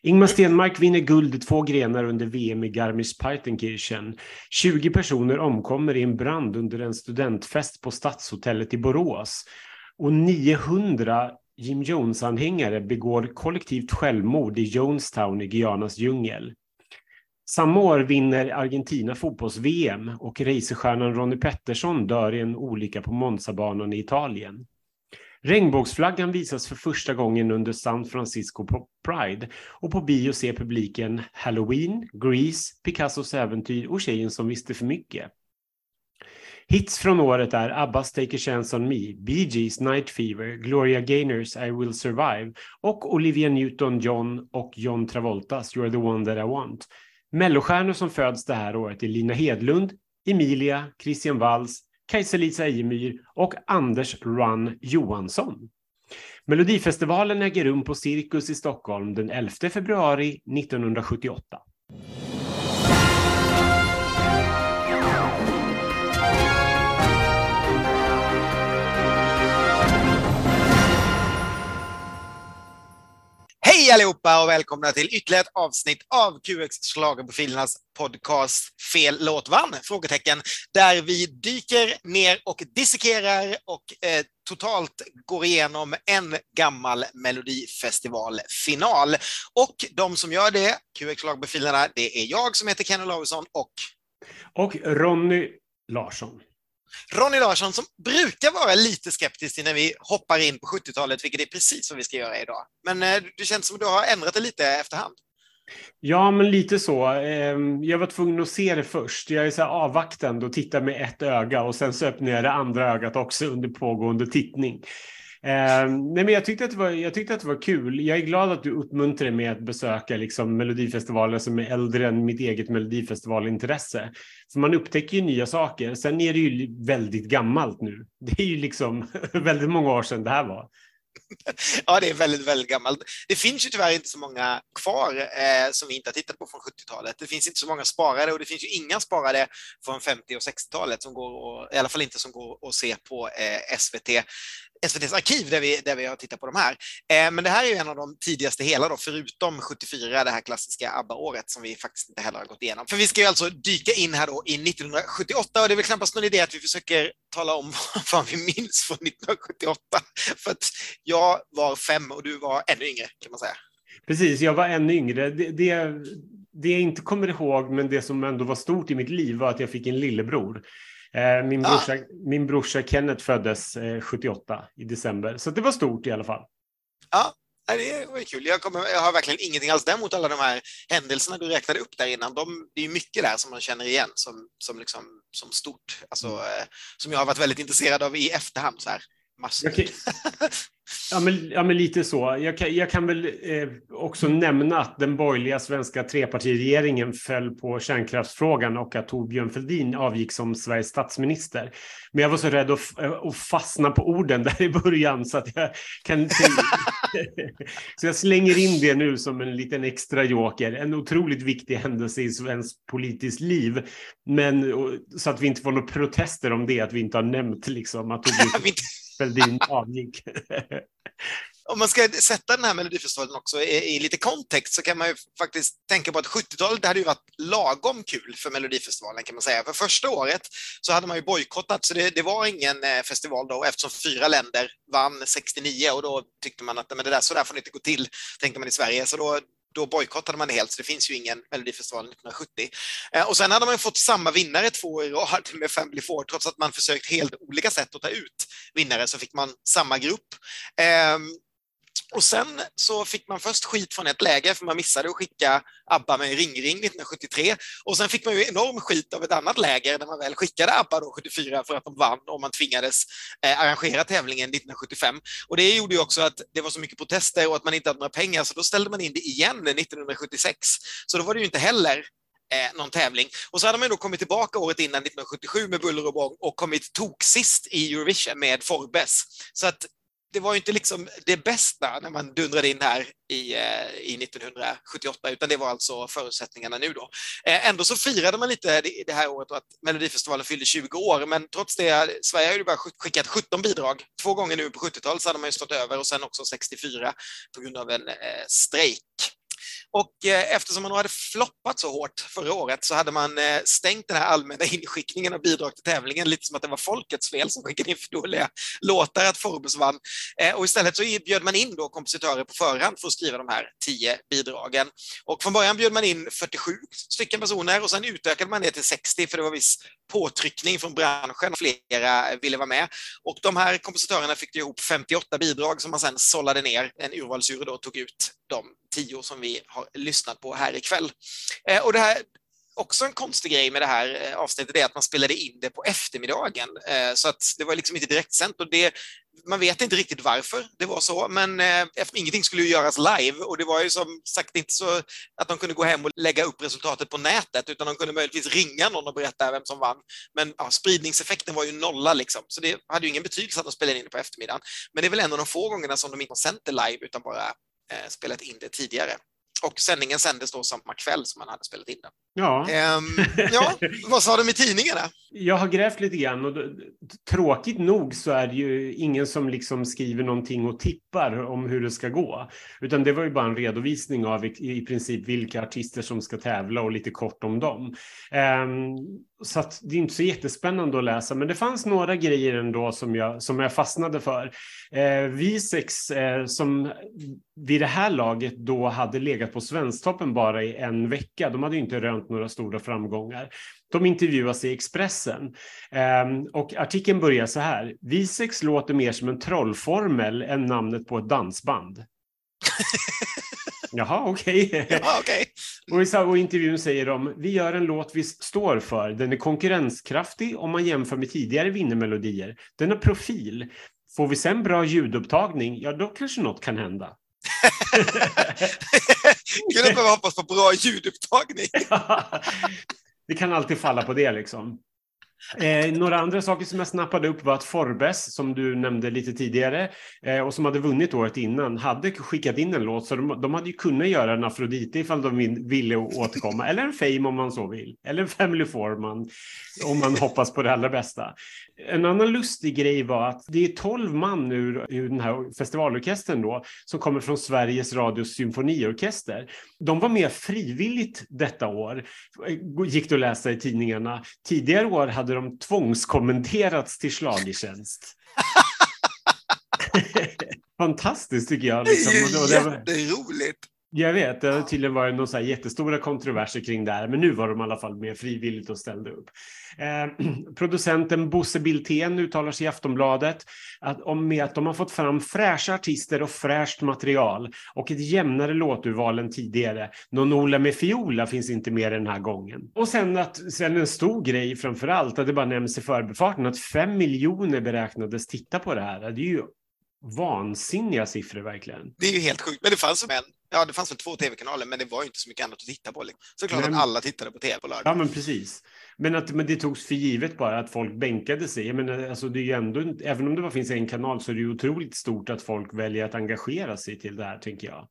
Ingmar Stenmark vinner guld i 2 grenar under VM i Garmisch-Partenkirchen. 20 personer omkommer i en brand under en studentfest på Stadshotellet i Borås. Och 900 Jim Jones-anhängare begår kollektivt självmord i Jonestown i Guyanas djungel. Samma år vinner Argentina fotbolls-VM och racerstjärnan Ronnie Peterson dör i en olycka på Monzabanan i Italien. Regnbågsflaggan visas för första gången under San Francisco Pride och på bio ser publiken Halloween, Grease, Picassos äventyr och Tjejen som visste för mycket. Hits från året är Abbas Take a Chance on Me, Bee Gees Night Fever, Gloria Gaynors I Will Survive och Olivia Newton-John och John Travoltas You're the One That I Want. Mellostjärnor som föds det här året är Lina Hedlund, Emilia, Christian Walls, Kajsa-Lisa Ejemyr och Anders Run Johansson. Melodifestivalen äger rum på Cirkus i Stockholm den 11 februari 1978. Hej allihopa och välkomna till ytterligare ett avsnitt av QX Schlagerprofilernas podcast Fel låt vann? Frågetecken, där vi dyker ner och dissekerar och totalt går igenom en gammal melodifestivalfinal. Och de som gör det, QX Schlagerprofilerna, det är jag som heter Kenny Larsson och Ronny Larsson. Ronny Larsson som brukar vara lite skeptisk när vi hoppar in på 70-talet, vilket är precis vad vi ska göra idag. Men det känns som att du har ändrat det lite efterhand. Ja, men lite så. Jag var tvungen att se det först. Jag är så här avvaktande och tittar med ett öga och sen så öppnar jag det andra ögat också under pågående tittning. Nej, men jag tyckte att det var kul. Jag är glad att du uppmuntrar mig att besöka liksom melodifestivaler som är äldre än mitt eget melodifestivalintresse. För man upptäcker ju nya saker. Sen är det ju väldigt gammalt nu. Det är ju liksom väldigt många år sedan det här var. Ja, det är väldigt, väldigt gammalt. Det finns ju tyvärr inte så många kvar som vi inte har tittat på från 70-talet. Det finns inte så många sparade och det finns ju inga sparade från 50- och 60-talet som går, i alla fall inte som går att se på SVT:s arkiv där vi har tittat på de här. Men det här är ju en av de tidigaste hela då, förutom 74, det här klassiska ABBA-året som vi faktiskt inte heller har gått igenom. För vi ska ju alltså dyka in här då i 1978 och det är väl knappast någon idé att vi försöker tala om vad vi minns från 1978. För att jag var 5 och du var ännu yngre, kan man säga. Precis, jag var ännu yngre. Det jag inte kommer ihåg, men det som ändå var stort i mitt liv var att jag fick en lillebror. Min brorsa Kenneth föddes 78 i december. Så det var stort i alla fall. Ja, det var kul. Jag har verkligen ingenting alls däremot alla de här händelserna du räknade upp där innan. Det är mycket där som man känner igen som stort. Alltså, som jag har varit väldigt intresserad av i efterhand så här. Okay. Ja, men lite så. Jag kan väl också nämna att den borgerliga svenska trepartiregeringen föll på kärnkraftsfrågan och att Torbjörn Fälldin avgick som Sveriges statsminister. Men jag var så rädd att fastna på orden där i början så att jag kan... Så jag slänger in det nu som en liten extra joker. En otroligt viktig händelse i svensk politiskt liv. Men så att vi inte får några protester om det, att vi inte har nämnt liksom att Torbjörn Fälldin avgick. Om man ska sätta den här melodifestivalen också i lite kontext så kan man ju faktiskt tänka på att 70-talet hade ju varit lagom kul för melodifestivalen kan man säga. För första året så hade man ju bojkottat så det var ingen festival då eftersom 4 länder vann 69 och då tyckte man att men det där, så där får det inte gå till, tänkte man i Sverige. Så då bojkottade man det helt, så det finns ju ingen melodifestival 1970. Och sen hade man fått samma vinnare 2 år i rad med Family Four, trots att man försökt helt olika sätt att ta ut vinnare så fick man samma grupp. Och sen så fick man först skit från ett läger för man missade att skicka ABBA med ringring 1973 och sen fick man ju enorm skit av ett annat läger när man väl skickade ABBA då 74 för att de vann och man tvingades arrangera tävlingen 1975 och det gjorde ju också att det var så mycket protester och att man inte hade några pengar så då ställde man in det igen 1976 så då var det ju inte heller någon tävling. Och så hade man då kommit tillbaka året innan 1977 med buller och bång och kommit toksist i Eurovision med Forbes. Så att det var ju inte liksom det bästa när man dundrade in här i 1978 utan det var alltså förutsättningarna nu då. Ändå så firade man lite det här året att Melodifestivalen fyllde 20 år men trots det, Sverige har ju bara skickat 17 bidrag. 2 gånger nu på 70-talet så hade man ju stått över och sen också 64 på grund av en strejk. Och eftersom man hade floppat så hårt förra året så hade man stängt den här allmänna inskickningen av bidrag till tävlingen, lite som att det var folkets fel som skickade in för dåliga låtar att Forbes vann. Och istället så bjöd man in då kompositörer på förhand för att skriva de här 10 bidragen. Och från början bjöd man in 47 stycken personer och sen utökade man det till 60 för det var viss påtryckning från branschen och flera ville vara med. Och de här kompositörerna fick ihop 58 bidrag som man sen sållade ner. En urvalsjury då tog ut de 10 som vi har lyssnat på här ikväll. Och det här också en konstig grej med det här avsnittet är att man spelade in det på eftermiddagen. Så att det var liksom inte direktsänt och man vet inte riktigt varför det var så, men ingenting skulle ju göras live och det var ju som sagt inte så att de kunde gå hem och lägga upp resultatet på nätet utan de kunde möjligtvis ringa någon och berätta vem som vann. Men spridningseffekten var ju nolla liksom, så det hade ju ingen betydelse att de spelade in det på eftermiddagen. Men det är väl en av de få gångerna som de inte har sänt det live utan bara spelat in det tidigare. Och sändningen sändes då samma kväll som man hade spelat in den. Ja. Ja, vad sa de i tidningarna? Jag har grävt lite grann och tråkigt nog så är det ju ingen som liksom skriver någonting och tippar om hur det ska gå. Utan det var ju bara en redovisning av i princip vilka artister som ska tävla och lite kort om dem. Så att det är inte så jättespännande att läsa, men det fanns några grejer ändå som jag fastnade för. Visex som vid det här laget då hade legat på Svensktoppen bara i en vecka. De hade ju inte rönt några stora framgångar. De intervjuas i Expressen och artikeln börjar så här. Visex låter mer som en trollformel än namnet på ett dansband. Jaha, okej. Ja, okej. Och i intervjun säger de, vi gör en låt vi står för. Den är konkurrenskraftig om man jämför med tidigare vinnermelodier. Den har profil. Får vi sen bra ljudupptagning, ja då kanske något kan hända. Kunde behöva hoppas på bra ljudupptagning. Det kan alltid falla på det liksom. Några andra saker som jag snappade upp var att Forbes, som du nämnde lite tidigare och som hade vunnit året innan, hade skickat in en låt, så de hade ju kunnat göra en Afrodite ifall de ville återkomma, eller en Fame om man så vill, eller en Family Four om man hoppas på det allra bästa. En annan lustig grej var att det är 12 man ur den här festivalorkestern då, som kommer från Sveriges Radios symfoniorkester. De var med frivilligt detta år, gick det att läsa i tidningarna. Tidigare år hade de tvångskommenterats till schlagertjänst. Fantastiskt tycker jag. Liksom. Det är ju jätteroligt. Jag vet, det har tydligen varit några så här jättestora kontroverser kring det här, men nu var de i alla fall mer frivilligt och ställde upp. Producenten Bosse Biltén uttalar sig i Aftonbladet att de har fått fram fräscha artister och fräscht material och ett jämnare låturval än tidigare. Någon Ola med fiola finns inte mer den här gången. Och sen en stor grej framförallt, att det bara nämns i förbifarten, att 5 miljoner beräknades titta på det här. Det är ju vansinniga siffror verkligen. Det är ju helt sjukt, men det fanns det fanns väl 2 tv-kanaler, men det var ju inte så mycket annat att titta på. Så klart att alla tittade på tv på lördag. Ja, men precis. Men det togs för givet bara att folk bänkade sig. Men alltså, det är ju ändå, även om det bara finns en kanal så är det ju otroligt stort att folk väljer att engagera sig till det här, tänker jag.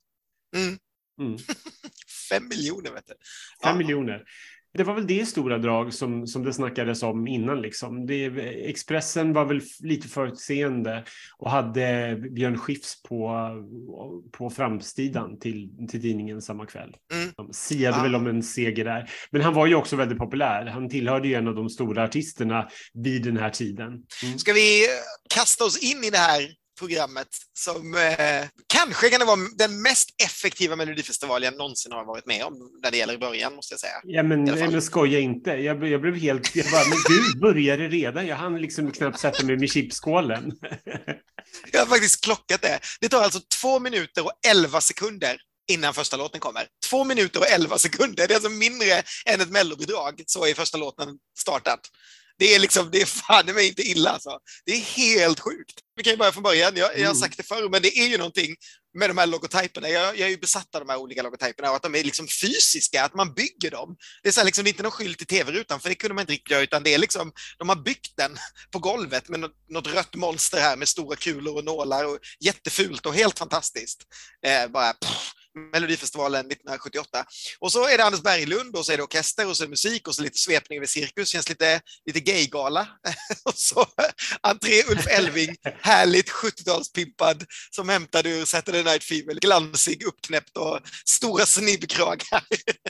5 miljoner, vet du. 5 miljoner. Det var väl det stora drag som det snackades om innan. Liksom. Expressen var väl lite förutseende och hade Björn Skifs på framsidan till tidningen samma kväll. De siade väl om en seger där. Men han var ju också väldigt populär. Han tillhörde ju en av de stora artisterna vid den här tiden. Ska vi kasta oss in i det här programmet som kanske kan det vara den mest effektiva Melodifestivalen jag någonsin har varit med om när det gäller början, måste jag säga. Ja, men skoja inte. Jag blev helt... men gud, började redan? Jag hann liksom knappt sätta mig med chipskålen. Jag har faktiskt klockat det. Det tar alltså 2 minuter och 11 sekunder innan första låten kommer. 2 minuter och 11 sekunder. Det är alltså mindre än ett mellobidrag, så är första låten startat. Det är fan det är inte illa alltså. Det är helt sjukt. Vi kan ju börja från början. Jag har sagt det förr, men det är ju någonting med de här logotyperna. Jag är ju besatt av de här olika logotyperna och att de är liksom fysiska, att man bygger dem. Det är så här, liksom, det är inte någon skylt i tv-rutan, för det kunde man inte riktigt göra, utan det är liksom, de har byggt den på golvet med något rött monster här med stora kulor och nålar och jättefult och helt fantastiskt. Melodifestivalen 1978. Och så är det Anders Berglund, och så är det orkester, och så är det musik, och så lite svepning över cirkus, känns lite gaygala. Och så entré Ulf Elving, härligt 70-talspimpad, som hämtade ur Saturday Night Fever, glansig, uppknäppt och stora snibbkragar.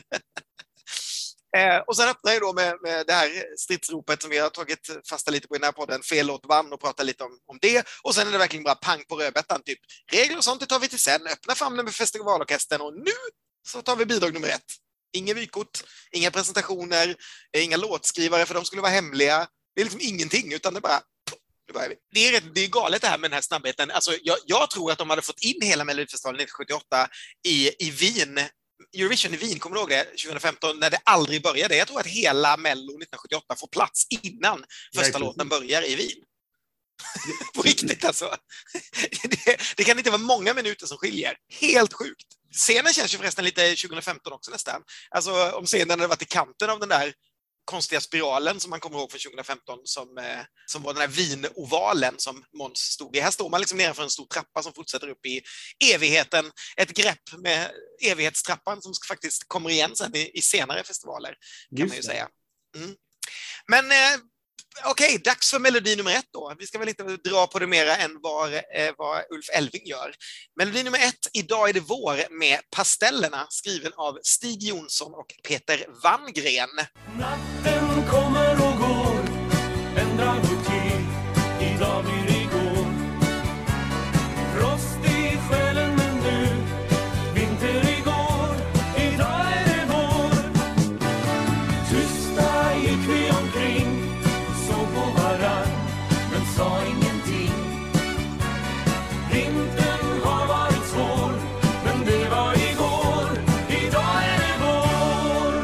Och sen öppnar jag då med det här stridsropet som vi har tagit fasta lite på i den här podden, fel låt vann, och pratar lite om det. Och sen är det verkligen bara pang på rödbetan, typ regler och sånt, det tar vi till sen, öppna famnen med festivalorkestern, och nu så tar vi bidrag nummer 1. Inga vykort, inga presentationer, inga låtskrivare, för de skulle vara hemliga. Det är liksom ingenting, utan det bara... Det är galet det här med den här snabbheten. Alltså, jag tror att de hade fått in hela Melodifestivalen 1978 i Wien, Eurovision i Wien, kommer du ihåg det, 2015, när det aldrig började. Jag tror att hela Mello 1978 får plats innan första låten börjar i Wien. På riktigt alltså. Det kan inte vara många minuter som skiljer. Helt sjukt. Scenen känns ju förresten lite 2015 också nästan. Alltså om scenen hade varit i kanten av den där konstiga spiralen som man kommer ihåg från 2015 som var den här vinovalen som Måns stod i. Här står man liksom nedanför en stor trappa som fortsätter upp i evigheten. Ett grepp med evighetstrappan som faktiskt kommer igen sen i senare festivaler, kan man ju säga. Mm. Men okej, dags för melodi nummer 1 då. Vi ska väl inte dra på det mera än vad Ulf Elving gör. Melodi nummer 1, Idag är det vår, med Pastellerna, skriven av Stig Jonsson och Peter Wanngren. Natten kommer och går, ändrar vår tid, idag blir det igår. Frost i själen men nu, vinter igår, idag är det vår. Tysta gick vi omkring, såg på varann, men sa ingenting. Vintern har varit svår, men det var igår, idag är det vår.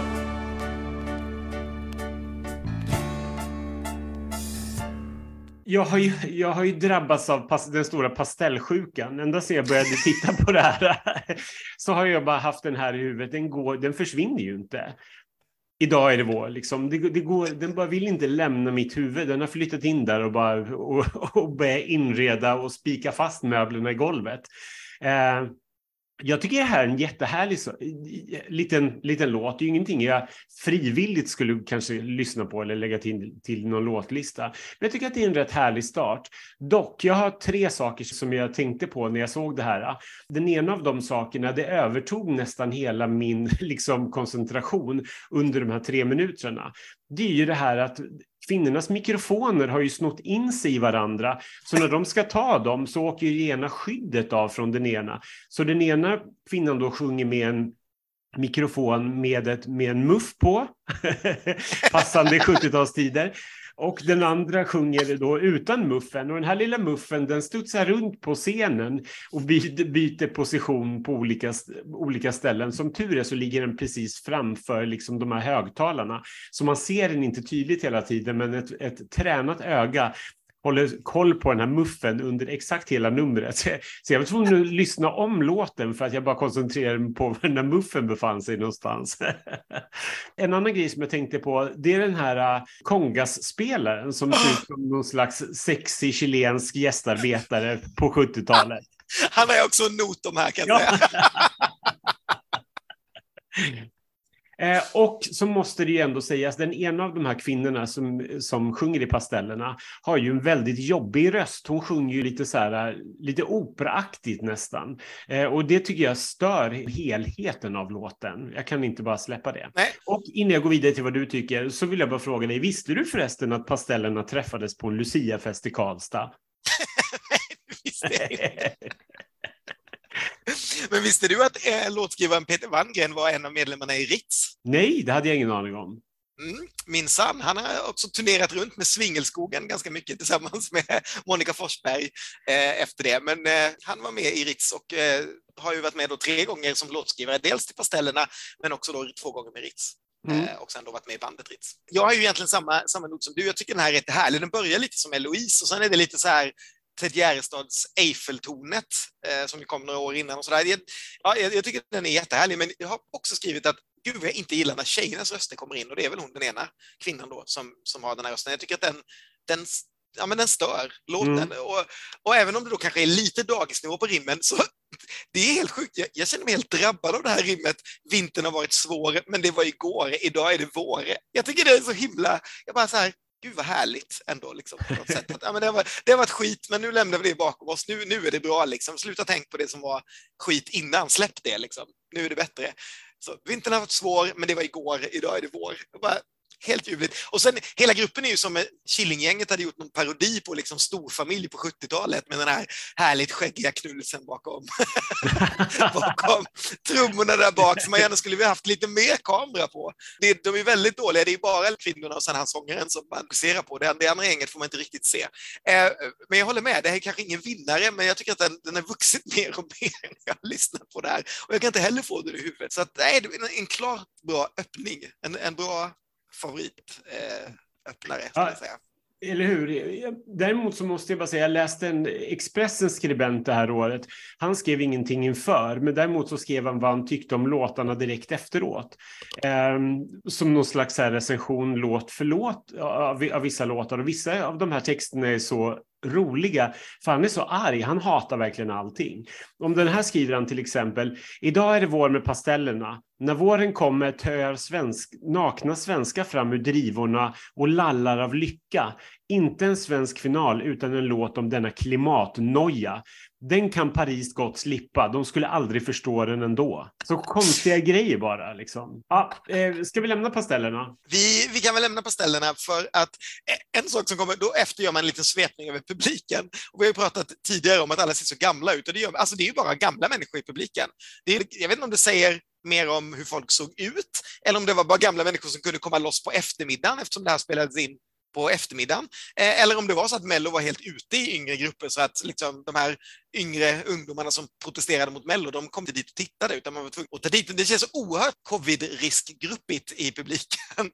Jag har ju drabbats av den stora pastellsjukan. Ända sedan jag började titta på det här så har jag bara haft den här i huvudet. Den försvinner ju inte. Idag är det vår. Liksom. Den bara vill inte lämna mitt huvud. Den har flyttat in där och börjat inreda och spika fast möblerna i golvet. Jag tycker det här är en jättehärlig liten låt. Det är ju ingenting jag frivilligt skulle kanske lyssna på eller lägga till någon låtlista. Men jag tycker att det är en rätt härlig start. Dock, jag har 3 saker som jag tänkte på när jag såg det här. Den ena av de sakerna, det övertog nästan hela min koncentration under de här 3 minuterna. Det är ju det här att kvinnornas mikrofoner har ju snott in sig i varandra. Så när de ska ta dem så åker ju ena skyddet av från den ena. Så den ena kvinnan då sjunger med en mikrofon med en muff på. Passande 70-talstider. Och den andra sjunger då utan muffen. Och den här lilla muffen, den studsar runt på scenen och byter position på olika ställen. Som tur är så ligger den precis framför liksom de här högtalarna. Så man ser den inte tydligt hela tiden, men ett tränat öga håller koll på den här muffen under exakt hela numret. Så jag var tvungen att lyssna om låten för att jag bara koncentrerade mig på var den här muffen befann sig någonstans. En annan grej som jag tänkte på, det är den här kongasspelaren som ser ut som någon slags sexig chilensk gästarbetare på 70-talet. Han har också en not om här, kan jag säga. Och så måste det ju ändå sägas, den ena av de här kvinnorna som sjunger i Pastellerna har ju en väldigt jobbig röst. Hon sjunger ju lite operaaktigt nästan. Och det tycker jag stör helheten av låten. Jag kan inte bara släppa det. Nej. Och innan jag går vidare till vad du tycker så vill jag bara fråga dig, visste du förresten att Pastellerna träffades på en Lucia-fest i Karlstad? Nej, det visste jag inte. Men visste du att låtskrivaren Peter Wanngren var en av medlemmarna i Ritz? Nej, det hade jag ingen aning om. Minsann. Han har också turnerat runt med Svingelskogen ganska mycket tillsammans med Monica Forsberg efter det. Men han var med i Ritz och har ju varit med då 3 gånger som låtskrivare. Dels till Pastellerna, men också då 2 gånger med Ritz. Och sen då varit med i bandet Ritz. Jag har ju egentligen samma not som du. Jag tycker den här är rätt härlig. Den börjar lite som Eloise och sen är det lite så här Ted Gärdestads Eiffeltornet som kom några år innan och sådär. Jag tycker den är jättehärlig, men jag har också skrivit att gud, jag inte gillar när tjejernas röster kommer in, och det är väl hon, den ena kvinnan då som har den här rösten. Jag tycker att den stör låten. Och även om det då kanske är lite dagisnivå på rimmen, så det är helt sjukt. Jag känner mig helt drabbad av det här rimmet. Vintern har varit svår, men det var igår. Idag är det vår. Jag tycker det är så himla... Jag bara så här, gud vad härligt ändå. Liksom, på något sätt. Ja, men det har varit skit, men nu lämnar vi det bakom oss. Nu är det bra. Liksom. Sluta tänka på det som var skit innan. Släpp det. Liksom. Nu är det bättre. Så, vintern har varit svår, men det var igår. Idag är det vår. Jag bara, helt ljuvligt. Och sen hela gruppen är ju som Killinggänget hade gjort någon parodi på liksom storfamilj på 70-talet med den här härligt skäggiga knulsen bakom trummorna där bak som man gärna skulle vilja haft lite mer kamera på. De är väldigt dåliga, det är bara kvinnorna och sen han sångaren som man ser på. Det andra gänget får man inte riktigt se. Men jag håller med, det här är kanske ingen vinnare, men jag tycker att den har vuxit mer och mer när jag har lyssnat på det här. Och jag kan inte heller få det i huvudet. Så att, nej, det är en klart bra öppning. En bra favoritöppnare, ska jag säga. Eller hur? Däremot så måste jag bara säga, jag läste en Expressens skribent det här året. Han skrev ingenting inför, men däremot så skrev han vad han tyckte om låtarna direkt efteråt. Som någon slags här recension låt för låt av vissa låtar. Och vissa av de här texterna är så roliga, för han är så arg, han hatar verkligen allting. Om den här skriver han till exempel: idag är det vår med pastellerna. När våren kommer töar nakna svenskar fram ur drivorna och lallar av lycka. Inte en svensk final utan en låt om denna klimatnoja. Den kan Paris gott slippa. De skulle aldrig förstå den ändå. Så konstiga grejer bara liksom. Ska vi lämna pastellerna? Vi kan väl lämna pastellerna, för att en sak som kommer då efter gör man en liten svepning över publiken. Och vi har ju pratat tidigare om att alla ser så gamla ut. Och det är ju bara gamla människor i publiken. Jag vet inte om det säger mer om hur folk såg ut, eller om det var bara gamla människor som kunde komma loss på eftermiddagen eftersom det här spelades in på eftermiddagen, eller om det var så att Mello var helt ute i yngre grupper, så att liksom de här yngre ungdomarna som protesterade mot Mello, de kom inte dit och tittade, utan man var tvungen att ta dit. Det känns så oerhört covid-riskgruppigt i publiken.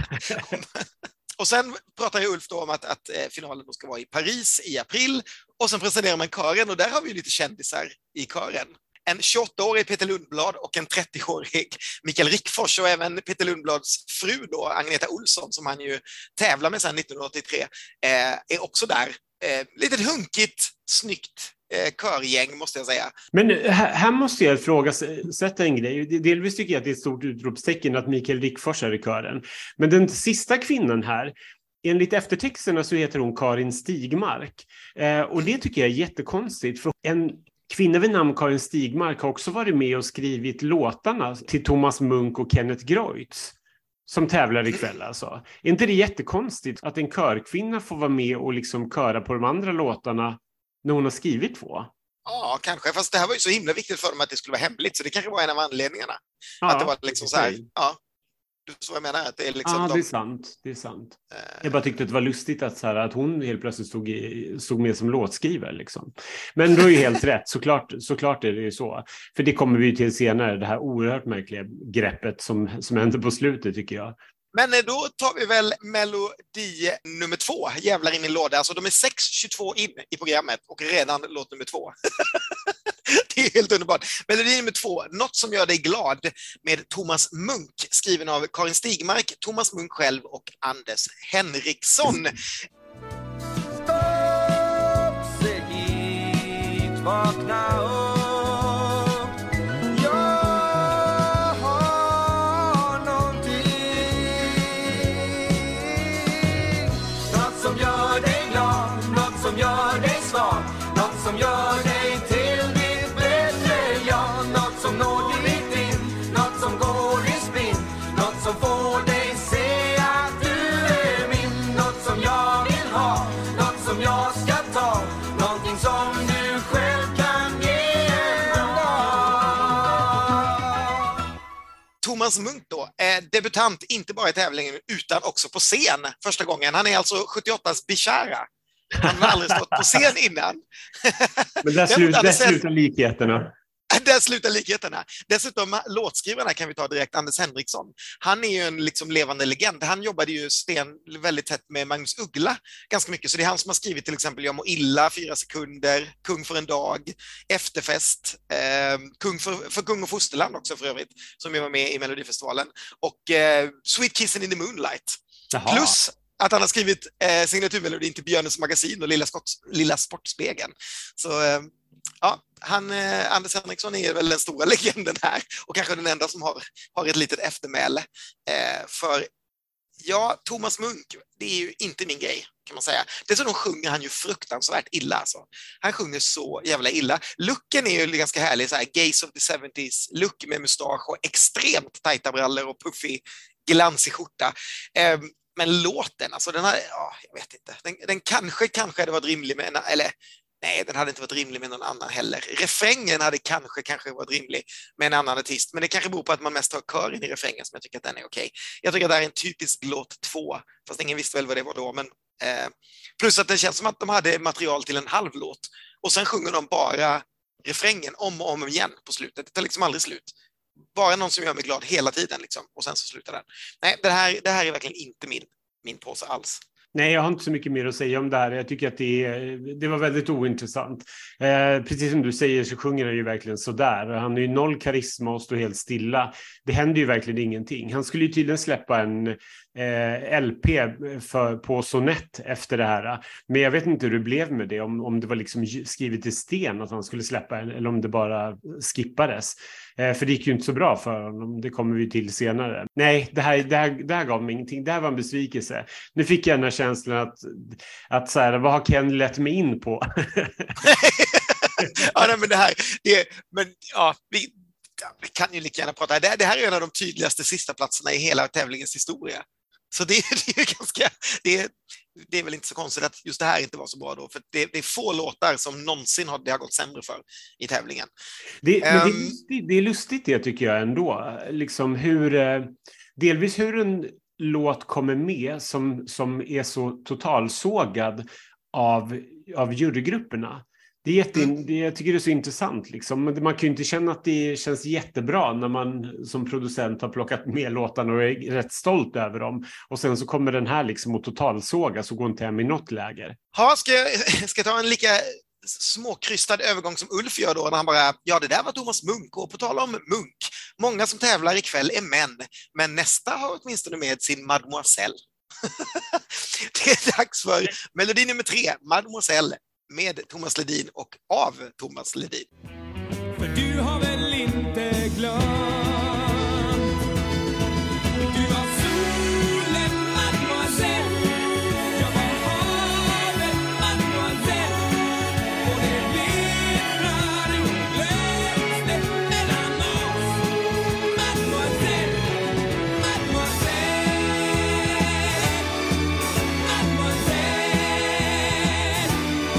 Och sen pratar ju Ulf då om att finalen då ska vara i Paris i april, och sen presenterar man kören, och där har vi ju lite kändisar i kören. En 28-årig Peter Lundblad och en 30-årig Mikael Rickfors, och även Peter Lundblads fru då, Agneta Olsson, som han ju tävlar med sedan 1983, är också där. Lite hunkigt, snyggt körgäng, måste jag säga. Men här måste jag ifrågasätta en grej. Delvis tycker jag att det är ett stort utropstecken att Mikael Rickfors är i kören. Men den sista kvinnan här, enligt eftertexterna så heter hon Karin Stigmark. Och det tycker jag är jättekonstigt, för en kvinna vid namn Karin Stigmark har också varit med och skrivit låtarna till Thomas Munk och Kenneth Groitz som tävlar ikväll alltså. Är inte det jättekonstigt att en körkvinna får vara med och liksom köra på de andra låtarna när hon har skrivit två? Ja, kanske. Fast det här var ju så himla viktigt för dem att det skulle vara hemligt, så det kanske var en av anledningarna. Ja, att det var liksom så här, ja. Så jag menar att det är liksom det är sant. Jag bara tyckte att det var lustigt att hon helt plötsligt stod med som låtskrivare liksom. Men då är ju helt rätt, såklart är det ju så. För det kommer vi till senare, det här oerhört märkliga greppet som hände på slutet, tycker jag. Men då tar vi väl melodi nummer 2, Jävlar in i låda. Alltså de är 6:22 in i programmet och redan låt nummer 2. Det är helt underbart. Melodi nummer 2, Något som gör dig glad, med Thomas Munk, skriven av Karin Stigmark, Thomas Munk själv och Anders Henriksson. Stopp, säg hit, vakna upp. Thomas Munk då är debutant inte bara i tävlingen utan också på scen första gången. Han är alltså 78s Bishara. Han har aldrig stått på scen innan. Men där slutar likheterna. Där slutar likheterna. Dessutom låtskrivarna kan vi ta direkt. Anders Henriksson. Han är ju en liksom levande legend. Han jobbade ju väldigt tätt med Magnus Uggla ganska mycket. Så det är han som har skrivit till exempel Jag må illa, 4 sekunder, Kung för en dag, Efterfest, för Kung och Fosterland också för övrigt, som var med i Melodifestivalen. Och Sweet Kissing in the Moonlight. Jaha. Plus att han har skrivit signaturmelodin till Björnes magasin och Lilla Sportspegeln. Så ja, Anders Henriksson är väl den stora legenden här och kanske den enda som har ett litet eftermäle. För ja, Thomas Munk, det är ju inte min grej kan man säga. Dessutom sjunger han ju fruktansvärt illa alltså. Han sjunger så jävla illa. Looken är ju ganska härlig, så här Gays of the 70s look med mustasch och extremt tajta brallor och puffig glansig skjorta. Men låten, alltså den här, ja, jag vet inte. Den kanske hade varit rimlig med eller nej, den hade inte varit rimlig med någon annan heller. Refrängen hade kanske varit rimlig med en annan artist, men det kanske beror på att man mest har kören i refrängen som jag tycker att den är okej. Jag tycker att det här är en typisk låt 2, fast ingen visste väl vad det var då, men plus att det känns som att de hade material till en halv låt och sen sjunger de bara refrängen om och om igen på slutet. Det tar liksom aldrig slut. Bara någon som gör mig glad hela tiden liksom, och sen så slutar den. Nej, det här är verkligen inte min påse alls. Nej, jag har inte så mycket mer att säga om det här. Jag tycker att det var väldigt ointressant. Precis som du säger så sjunger han ju verkligen sådär. Han är ju noll karisma och står helt stilla. Det händer ju verkligen ingenting. Han skulle ju tydligen släppa en LP på Sonett efter det här. Men jag vet inte hur det blev med det. Om det var liksom skrivet i sten att han skulle släppa eller om det bara skippades. För det gick ju inte så bra för honom. Det kommer vi till senare. Nej, det här gav mig ingenting. Det här var en besvikelse. Nu fick jag den här känslan att så här, vad har Ken lett mig in på? Ja, nej, men det här, vi kan ju lika gärna prata. Det här är en av de tydligaste sista platserna i hela tävlingens historia. Så det är ganska, det är väl inte så konstigt att just det här inte var så bra då, för det är få låtar som någonsin det har gått sämre för i tävlingen. Det är lustigt det tycker jag ändå. Liksom delvis hur en låt kommer med som är så totalsågad av jurygrupperna. Jag tycker det är så intressant. Liksom. Man kan ju inte känna att det känns jättebra när man som producent har plockat med låtarna och är rätt stolt över dem. Och sen så kommer den här liksom att totalsåga så går inte hem i något läger. Ja, ska jag ta en lika småkrystad övergång som Ulf gör då när han bara, ja det där var Thomas Munk och på tal om Munk, många som tävlar ikväll är män, men nästa har åtminstone med sin Mademoiselle. Det är dags för melodi nummer 3, Mademoiselle, med Thomas Ledin och av Thomas Ledin. För du har väl inte glömt. Du var solen, mademoiselle. Jag var havet, mademoiselle. Och det glittrade och glömde mellan oss. Mademoiselle, mademoiselle, mademoiselle.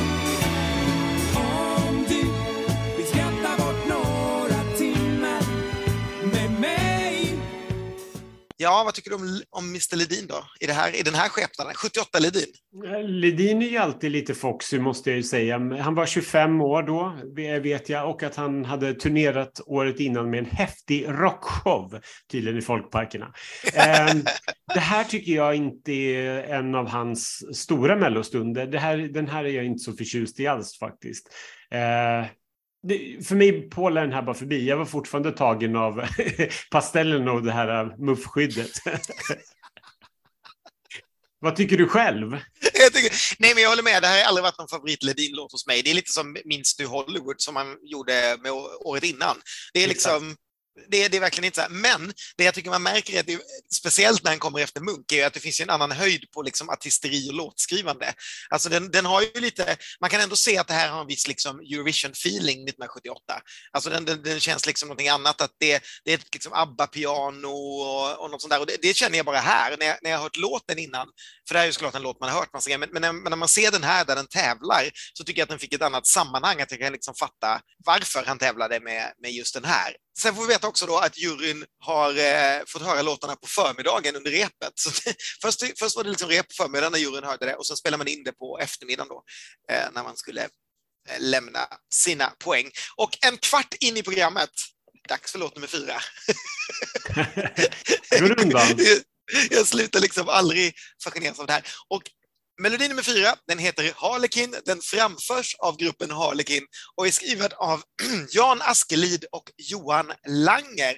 Om du vill skratta bort några timmar med mig. Ja, vad tycker du om Mr. Ledin då? I den här skepnaden? 78 Ledin. Ledin är ju alltid lite foxy måste jag ju säga. Han var 25 år då, vet jag. Och att han hade turnerat året innan med en häftig rockshow tydligen i folkparkerna. Det här tycker jag inte är en av hans stora mellostunder. Den här är jag inte så förtjust i alls faktiskt. För mig pålar den här bara förbi. Jag var fortfarande tagen av pastellen och det här muffskyddet. Vad tycker du själv? Nej, men jag håller med. Det här har aldrig varit någon favorit Ledin-låt hos mig. Det är lite som Minns du Hollywood som man gjorde med året innan. Det är liksom... Det är verkligen inte så här. Men det jag tycker man märker är att det, speciellt när den kommer efter Munk, är att det finns en annan höjd på liksom artisteri och låtskrivande. Alltså den har ju lite, man kan ändå se att det här har en viss liksom Eurovision-feeling 1978. Alltså den känns liksom någonting annat, att det är ett liksom ABBA-piano och något sånt där. Och det känner jag bara här, när jag har hört låten innan. För det här är ju såklart en låt man har hört massa gånger. Men när man ser den här där den tävlar så tycker jag att den fick ett annat sammanhang. Att jag kan liksom fatta varför han tävlade med just den här. Sen får vi veta också då att juryn har fått höra låtarna på förmiddagen under repet. Så först var det liksom rep på förmiddagen när juryn hörde det och sen spelar man in det på eftermiddagen då när man skulle lämna sina poäng. Och en kvart in i programmet, dags för låt nummer 4. Jag slutar liksom aldrig fascineras av det här. Och melodi nummer 4, den heter Harlekin, den framförs av gruppen Harlekin och är skriven av Jan Askelid och Johan Langer.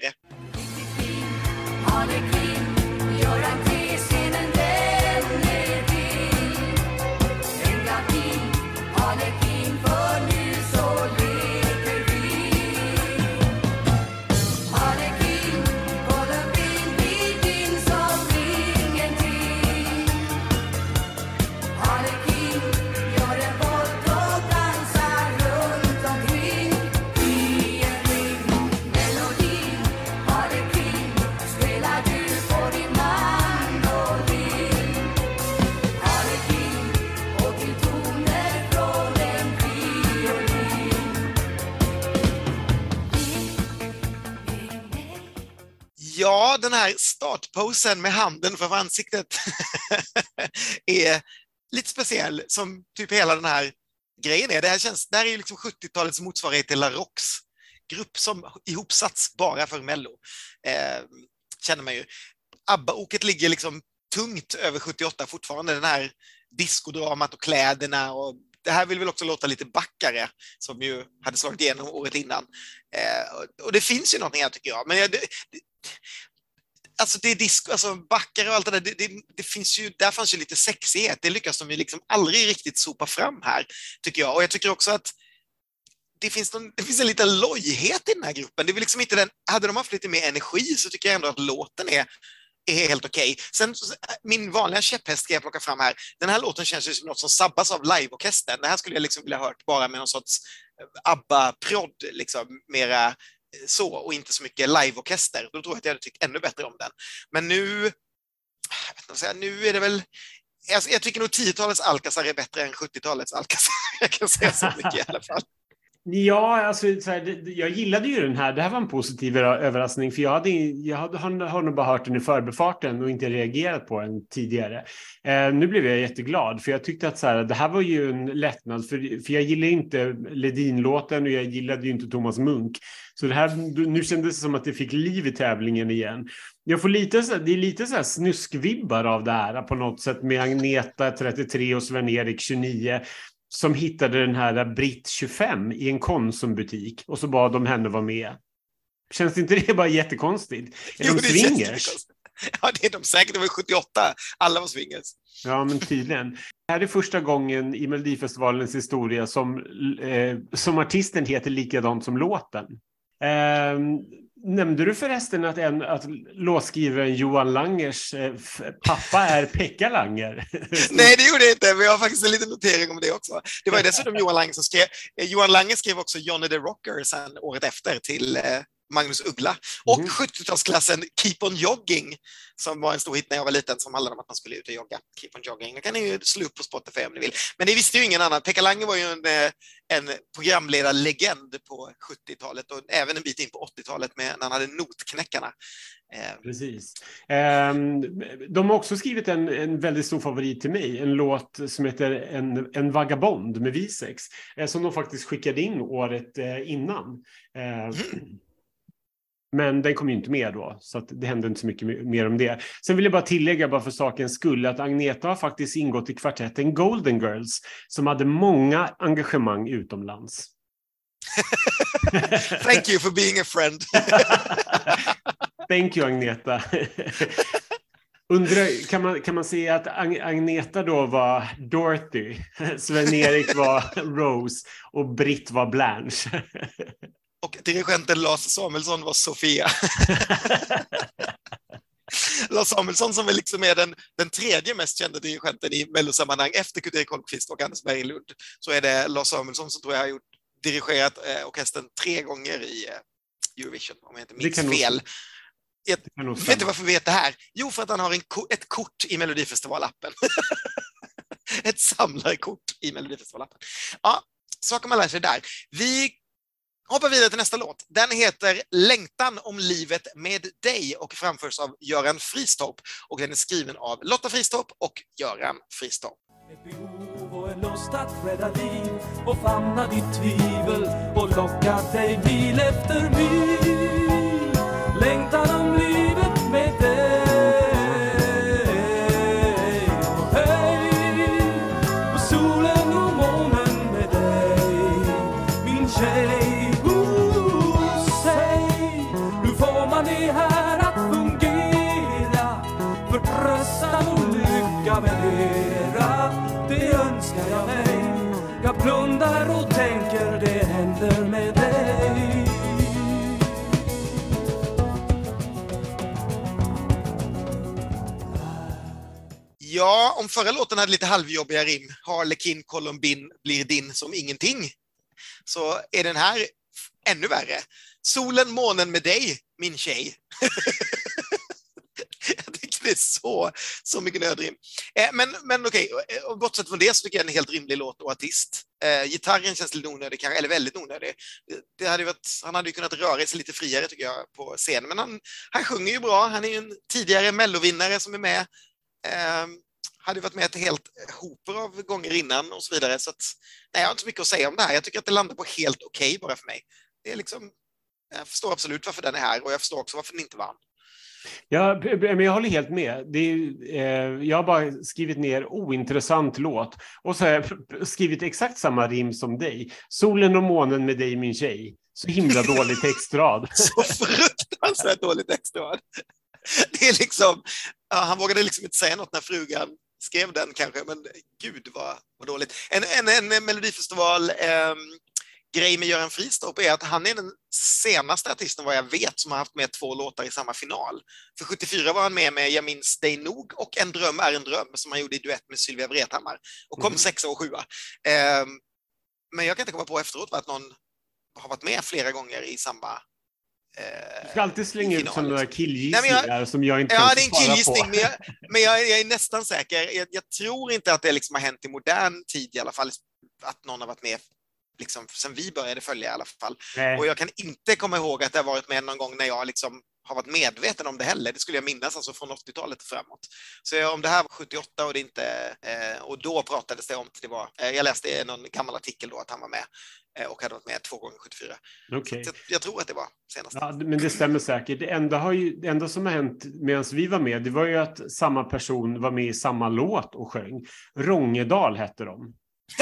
Harlekin, gör entré-scenen vänder till. En gardin, Harlekin, för nu så lever. Ja, den här startposen med handen framför ansiktet är lite speciell, som typ hela den här grejen är. Det här är ju liksom 70-talets motsvarighet till La Rox. Grupp som ihopsatts bara för Mello. Känner man ju. ABBA-oket ligger liksom tungt över 78 fortfarande. Den här diskodramat och kläderna, och det här vill väl också låta lite backare, som ju hade slagit igenom året innan. Och det finns ju någonting här, tycker jag. Men alltså det är disco, alltså backare och allt det där, det finns ju, där fanns ju lite sexighet. Det lyckas de ju liksom aldrig riktigt sopa fram här, tycker jag. Och jag tycker också att det finns en liten lojhet i den här gruppen. Det är liksom inte den, hade de haft lite mer energi så tycker jag ändå att låten är helt okej. Sen min vanliga käpphäst ska jag plocka fram här. Den här låten känns ju som något som sabbas av liveorkestern. Det här skulle jag liksom vilja ha hört bara med någon sorts ABBA-prodd, liksom mera så, och inte så mycket liveorkester. Då tror jag att jag hade tyckt ännu bättre om den. Men nu är det väl, jag tycker nog 10-talets Alcazar är bättre än 70-talets Alcazar. Jag kan säga så mycket i alla fall. Ja, alltså, så här, jag gillade ju den här. Det här var en positiv överraskning, för jag har nog bara hört den i förbifarten och inte reagerat på den tidigare. Nu blev jag jätteglad, för jag tyckte att så här, det här var ju en lättnad, för jag gillar inte Ledin-låten och jag gillade ju inte Thomas Munk. Så det här, nu kändes det som att det fick liv i tävlingen igen. Jag får det är lite så här snuskvibbar av det här på något sätt, med Agneta 33 och Sven-Erik 29. Som hittade den här Britt 25 i en Konsumbutik och så bad de henne vara med. Känns inte det bara jättekonstigt? Är de swingers? Ja, det är de säkert. Det var 78. Alla var swingers. Ja, men tydligen. Det här är första gången i Melodifestivalens historia som artisten heter likadant som låten. Nämnde du förresten att låtskrivaren Johan Langers pappa är Pekka Langer? Nej, det gjorde jag inte, men jag har faktiskt en liten notering om det också. Det var ju dessutom Johan Langer som skrev. Johan Langer skrev också Johnny the Rocker sen året efter till Magnus Uggla. Och 70-talsklassen Keep on Jogging, som var en stor hit när jag var liten, som handlade om att man skulle ut och jogga. Keep on Jogging. Det kan ni ju slå upp på Spotify om ni vill. Men det visste ju ingen annan. Pekka Langer var ju en programledarlegend på 70-talet och även en bit in på 80-talet när han hade Notknäckarna. Precis. De har också skrivit en väldigt stor favorit till mig. En låt som heter En vagabond med Visex. Som de faktiskt skickade in året innan. Men den kom ju inte med då, så att det hände inte så mycket mer om det. Sen vill jag bara tillägga, bara för sakens skull, att Agneta har faktiskt ingått i kvartetten Golden Girls, som hade många engagemang utomlands. Thank you for being a friend. Thank you, Agneta. Undrar, kan man säga att Agneta då var Dorothy, Sven-Erik var Rose och Britt var Blanche? Och dirigenten Lars Samuelsson var Sofia. Lars Samuelsson, som väl liksom är den tredje mest kända dirigenten i mellosammanhang efter Kurt Erik Holmqvist och Anders Berglund, så är det Lars Samuelsson som tror jag har dirigerat orkestern 3 gånger i Eurovision, om jag inte minns fel. Vet du varför vi vet det här? Jo, för att han har ett kort i Melodifestivalappen. Ett samlarkort i Melodifestivalappen. Ja, så kan man lära sig där. Vi hoppar vidare till nästa låt. Den heter Längtan om livet med dig och framförs av Göran Fristorp. Och den är skriven av Lotta Fristorp och Göran Fristorp. Ett behov och en lust att rädda liv och famna ditt tvivel och locka dig mil efter mil. Längtan om livet med dig och hej och solen och månen med dig, min tjej. Säg, nu får man det här att fungera, förtröstan och lycka med era. Det önskar jag mig. Jag blundar och tänker det händer med dig. Ja, om förra låten hade lite halvjobbiga rim, Harlekin Colombin blir din som ingenting, så är den här ännu värre. Solen, månen med dig, min tjej. Jag tycker det är så mycket nödrim. Men okej, och bortsett från det så tycker jag en helt rimlig låt och artist. Gitarren känns lite onödig, kanske, eller väldigt onödig. Det hade varit, han hade ju kunnat röra sig lite friare tycker jag på scenen, men han sjunger ju bra. Han är ju en tidigare mellovinnare som är med. Hade varit med ett helt hoper av gånger innan och så vidare. Så att, nej, jag har inte så mycket att säga om det här. Jag tycker att det landar på helt okej bara för mig. Det är liksom, jag förstår absolut varför den är här och jag förstår också varför den inte vann. Ja, men jag håller helt med. Jag har bara skrivit ner ointressant låt och så har jag skrivit exakt samma rim som dig. Solen och månen med dig min tjej. Så himla dålig textrad. Så fruktansvärt dålig textrad. Det är liksom, han vågade liksom inte säga något när frugan skrev den kanske, men gud vad dåligt. En Melodifestival grej med Göran Fristorp är att han är den senaste artisten vad jag vet som har haft med 2 låtar i samma final. För 74 var han med Jag minns dig nog och En dröm är en dröm som han gjorde i duett med Sylvia Vrethammar och kom 6 och 7. Men jag kan inte komma på efteråt att någon har varit med flera gånger i samma du ska alltid slänga ut sådana där killgissningar som jag inte kan svara på. Ja, det är en killgissning, men jag är nästan säker. Jag tror inte att det liksom har hänt i modern tid i alla fall, att någon har varit med liksom, sen vi började följa i alla fall. Nej. Och jag kan inte komma ihåg att det har varit med någon gång när jag liksom har varit medveten om det heller. Det skulle jag minnas alltså från 80-talet och framåt. Så om det här var 78 och det inte och då pratades det om att det var, jag läste i någon gammal artikel då att han var med och hade varit med 2 gånger 74. Okay. Så jag tror att det var senast. Ja, men det stämmer säkert. Det enda som har hänt medan vi var med, det var ju att samma person var med i samma låt och sjöng. Rångedal hette de.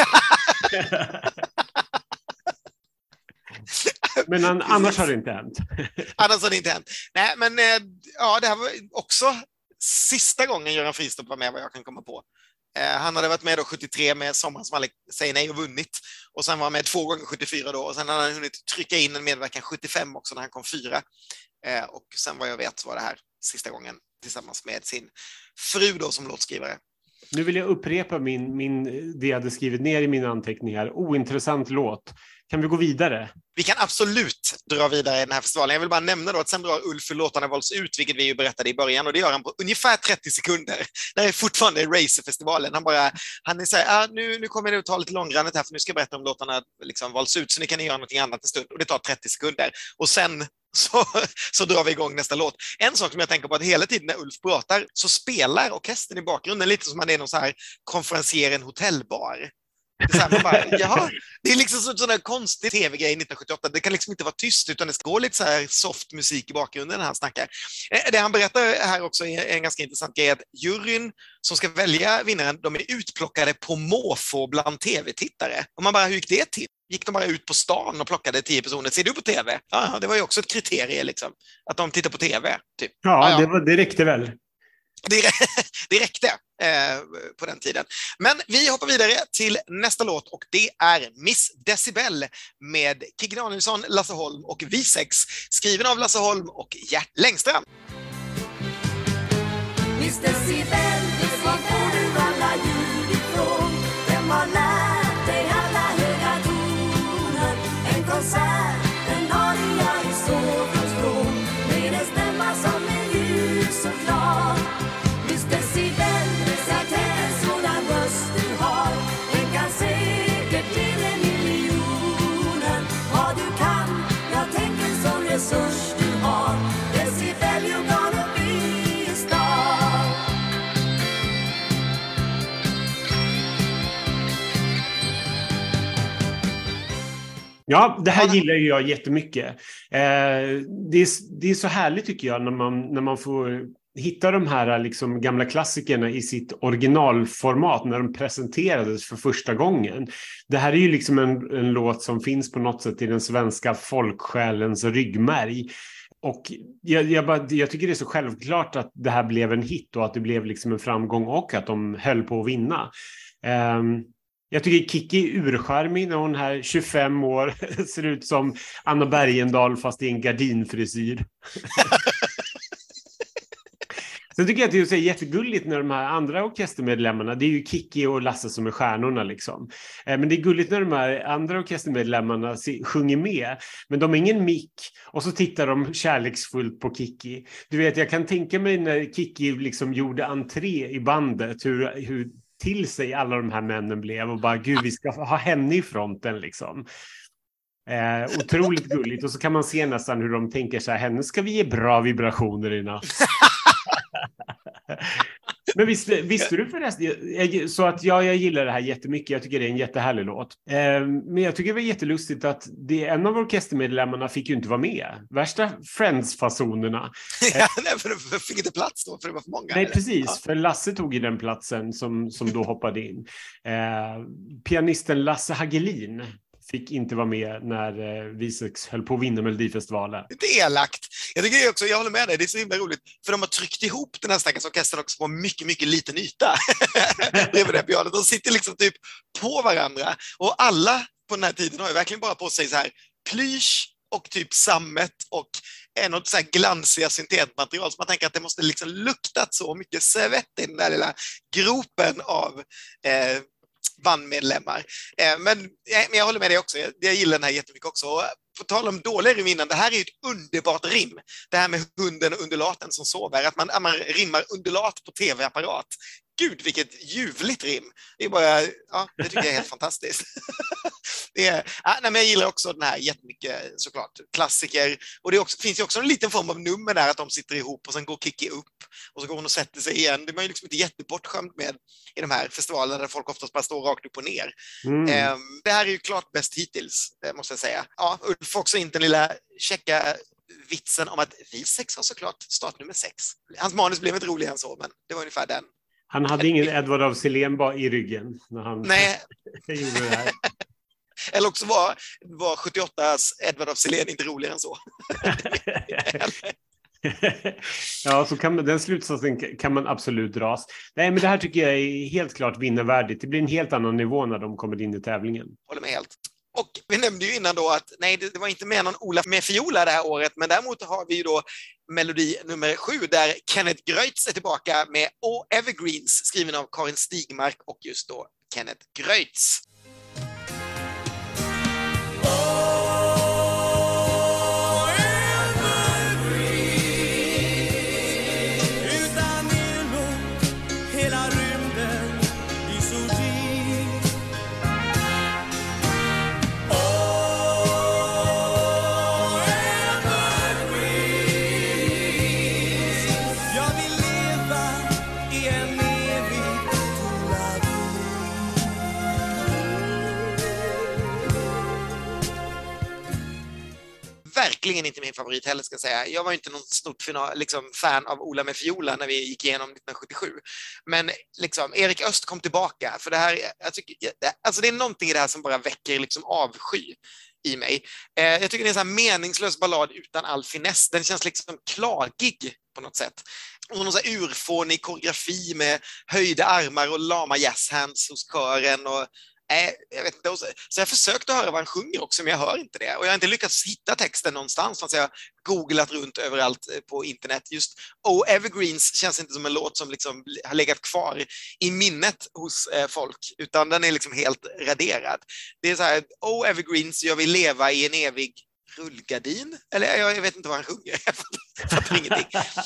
Men annars har det inte hänt. Annars har det inte hänt. Nej, men ja, det här var också sista gången Göran Fristorp var med vad jag kan komma på. Han hade varit med då 73 med Sommaren som aldrig säger nej och vunnit. Och sen var han med 2 gånger 74 då. Och sen hade han hunnit trycka in en medverkan 75 också när han kom 4. Och sen vad jag vet var det här sista gången tillsammans med sin fru då som låtskrivare. Nu vill jag upprepa det jag hade skrivit ner i mina anteckningar. Ointressant låt. Kan vi gå vidare? Vi kan absolut dra vidare i den här festivalen. Jag vill bara nämna då att sen drar Ulf hur låtarna valts ut, vilket vi ju berättade i början, och det gör han på ungefär 30 sekunder. Det är fortfarande Racerfestivalen. Han är så här, nu kommer det att ta lite långrandigt här, för nu ska jag berätta om låtarna liksom valts ut, så ni kan göra någonting annat en stund, och det tar 30 sekunder. Och sen så drar vi igång nästa låt. En sak som jag tänker på att hela tiden när Ulf pratar så spelar orkestern i bakgrunden lite som att det är någon så här konferencier i en hotellbar. Det är, man bara, jaha, det är liksom sån där konstig tv-grej 1978. Det kan liksom inte vara tyst utan det ska gå lite så här soft musik i bakgrunden när han snackar. Det han berättar här också är en ganska intressant grej, att juryn som ska välja vinnaren, de är utplockade på måfå bland tv-tittare. Och man bara, hur gick det till? Gick de bara ut på stan och plockade 10 personer? Ser du på tv? Ja, det var ju också ett kriterie liksom. Att de tittar på tv, typ. Ja. Det räckte väl. Det räckte på den tiden. Men vi hoppar vidare till nästa låt, och det är Miss Decibel med Kikki Danielsson, Lasse Holm och Visex, skriven av Lasse Holm och Gert Längström. Miss Decibel, var får du alla ljud ifrån? Vem har lärt dig alla höga toner? En konsert, en aria i sovrumsvrån, med en stämma som är ljus och klar. Miss Decibel, säg en sådan röst du har, den kan säkert ge dig miljoner. Vad du kan, jag tänker som resurs du har. Decibel, you gonna be a star. Ja, det här gillar jag jättemycket. Det är så härligt tycker jag när man får hitta de här liksom gamla klassikerna i sitt originalformat när de presenterades för första gången. Det här är ju liksom en låt som finns på något sätt i den svenska folksjälens ryggmärg. Och jag tycker det är så självklart att det här blev en hit och att det blev liksom en framgång och att de höll på att vinna. Jag tycker Kikki är urskärmig när hon här 25 år ser ut som Anna Bergendahl fast i en gardinfrisyr. Sen tycker jag att det är jättegulligt när de här andra orkestermedlemmarna, det är ju Kikki och Lasse som är stjärnorna liksom. Men det är gulligt när de här andra orkestermedlemmarna sjunger med, men de har ingen mick och så tittar de kärleksfullt på Kiki. Du vet, jag kan tänka mig när Kiki liksom gjorde entré i bandet, hur till sig alla de här männen blev och bara, gud, vi ska ha henne i fronten liksom. Otroligt gulligt. Och så kan man se nästan hur de tänker så här, henne ska vi ge bra vibrationer i natt. Men visste du förresten, så att jag gillar det här jättemycket, jag tycker det är en jättehärlig låt. Men jag tycker det var jättelustigt att en av orkestermedlemmarna fick ju inte vara med. Värsta Friends-fasonerna. Nej, för det fick inte plats då, för det var för många. Nej, precis, för Lasse tog ju den platsen som då hoppade in. Pianisten Lasse Hagelin fick inte vara med när Visex höll på att vinna Melodifestivalen. Det är elakt. Jag tycker det också, jag håller med dig, det är så himla roligt. För de har tryckt ihop den här stackars orkestern också på mycket, mycket liten yta. Bredvid det pianot. De sitter liksom typ på varandra. Och alla på den här tiden har ju verkligen bara på sig så här plysch och typ sammet och något så här glansiga syntetmaterial. Så man tänker att det måste liksom luktat så mycket svett i den där lilla gropen av bandmedlemmar. Men jag håller med dig också. Jag gillar den här jättemycket också. Och på tal om dåliga rim innan, det här är ju ett underbart rim. Det här med hunden och undulaten som sover. Att man rimmar undulat på tv-apparat. Gud, vilket ljuvligt rim. Det är bara, ja, det tycker jag är helt fantastiskt. Men jag gillar också den här jättemycket, såklart. Klassiker. Och det finns ju också en liten form av nummer där att de sitter ihop och sen går Kiki upp och så går hon och sätter sig igen. Det är man ju liksom inte jättebortskämd med i de här festivalerna där folk oftast bara står rakt upp och ner. Det här är ju klart bäst hittills, måste jag säga. Ja, Ulf också in den lilla checka vitsen om att Visex har såklart startnummer 6. Hans manus blev inte roligare än så, men det var ungefär den. Han hade ingen Edvard af Sillén i ryggen när han gjorde det här. Eller också var 78s Edvard af Sillén inte roligare än så. Ja, så den slutsatsen kan man absolut dras. Nej, men det här tycker jag är helt klart vinnervärdigt. Det blir en helt annan nivå när de kommer in i tävlingen. Håller med helt. Och vi nämnde ju innan då att nej, det var inte med någon Olaf med fiola det här året, men däremot har vi ju då melodi nummer 7 där Kenneth Greutz är tillbaka med O Evergreens skriven av Karin Stigmark och just då Kenneth Greutz. Verkligen inte min favorit heller, ska jag säga. Jag var inte någon stort fan av Ola med fiola när vi gick igenom 1977. Men liksom, Erik Öst kom tillbaka. För det här, jag tycker, alltså det är någonting i det här som bara väcker liksom avsky i mig. Jag tycker det är en sån här meningslös ballad utan all finess. Den känns liksom klagig på något sätt. Och någon sån här urfånig koreografi med höjda armar och lama jazzhands hos kören och jag vet inte. Så jag försökte höra vad han sjunger också, men jag hör inte det. Och jag har inte lyckats hitta texten någonstans, fast jag har googlat runt överallt på internet. Just O Evergreens känns inte som en låt som liksom har legat kvar i minnet hos folk, utan den är liksom helt raderad. Det är så här, O Evergreens, jag vill leva i en evig rullgardin. Eller jag vet inte vad han sjunger. Jag fattar ingenting.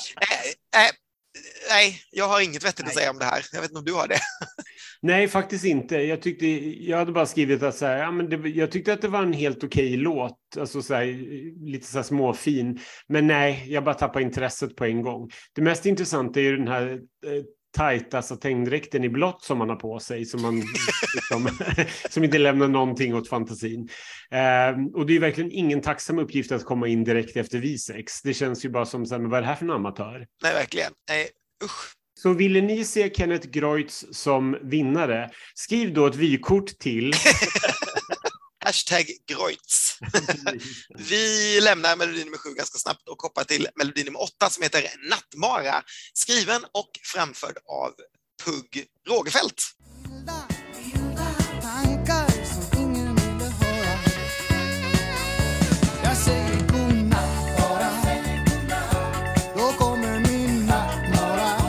Nej, jag har inget vettigt att säga om det här. Jag vet inte om du har det. Nej, faktiskt inte. Jag hade bara skrivit att jag tyckte att det var en helt okej låt. Alltså lite så här småfin. Men nej, jag bara tappade intresset på en gång. Det mest intressanta är ju den här tajta satängdräkten i blått som man har på sig. Som man som inte lämnar någonting åt fantasin. Och det är verkligen ingen tacksam uppgift att komma in direkt efter Visex. Det känns ju bara som så här, men vad är det här för en amatör? Nej, verkligen. Nej, usch. Så ville ni se Kenneth Greutz som vinnare, skriv då ett vykort till #Greutz. Vi lämnar melodi nummer 7 ganska snabbt och hoppar till melodi nummer 8 som heter Nattmara, skriven och framförd av Pugh Rogefeldt.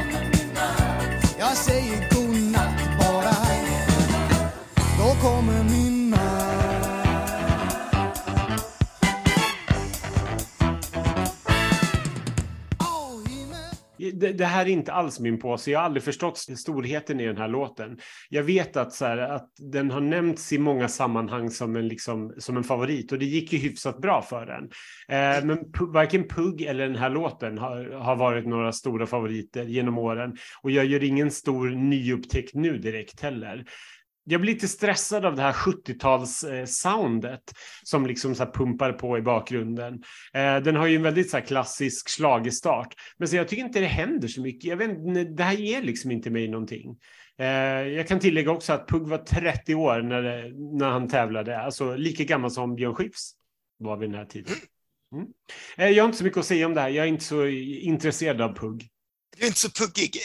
Kommer det här är inte alls min påse. Jag har aldrig förstått storheten i den här låten. Jag vet att, så här, att den har nämnts i många sammanhang som en favorit. Och det gick ju hyfsat bra för den. Men varken Pugg eller den här låten har varit några stora favoriter genom åren. Och jag gör ingen stor nyupptäckt nu direkt heller. Jag blir lite stressad av det här 70-tals-soundet som liksom så här pumpar på i bakgrunden. Den har ju en väldigt så här klassisk schlagerstart. Men så jag tycker inte det händer så mycket. Jag vet inte, det här ger liksom inte mig någonting. Jag kan tillägga också att Pugg var 30 år när han tävlade. Alltså lika gammal som Björn Skifs var vid den här tiden. Jag har inte så mycket att säga om det här. Jag är inte så intresserad av Pugg. Du är inte så puggig.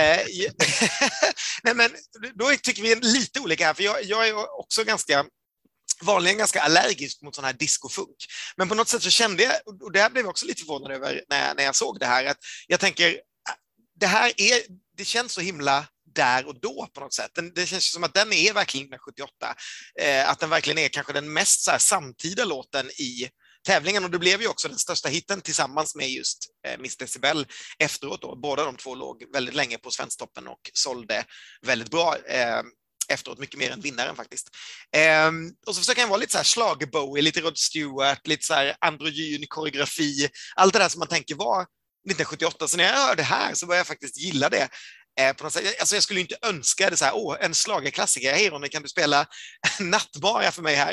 Nej, men då tycker vi lite olika här, för jag är också vanligen ganska allergisk mot sån här discofunk. Men på något sätt så kände jag, och det här blev jag också lite förvånad över när jag såg det här, att jag tänker, det känns så himla där och då på något sätt. Det känns som att den är verkligen 1978. Att den verkligen är kanske den mest så här samtida låten i tävlingen, och det blev ju också den största hitten tillsammans med just Miss Decibel efteråt då. Båda de två låg väldigt länge på Svensktoppen och sålde väldigt bra efteråt, mycket mer än vinnaren faktiskt. Och så försöker han vara lite så här schlagerbowie, lite Rod Stewart, lite så här androgyn koreografi, allt det där som man tänker var 1978. Så när jag hörde det här så började jag faktiskt gilla det. På något sätt. Alltså jag skulle inte önska det så här, en schlagerklassiker, hej Ronny, kan du spela Nattbara för mig här?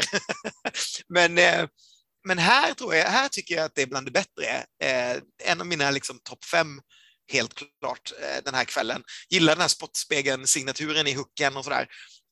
Men här tycker jag att det är bland det bättre. En av mina liksom topp 5 helt klart den här kvällen. Gillar den här Spottspegeln-signaturen i hooken och sådär.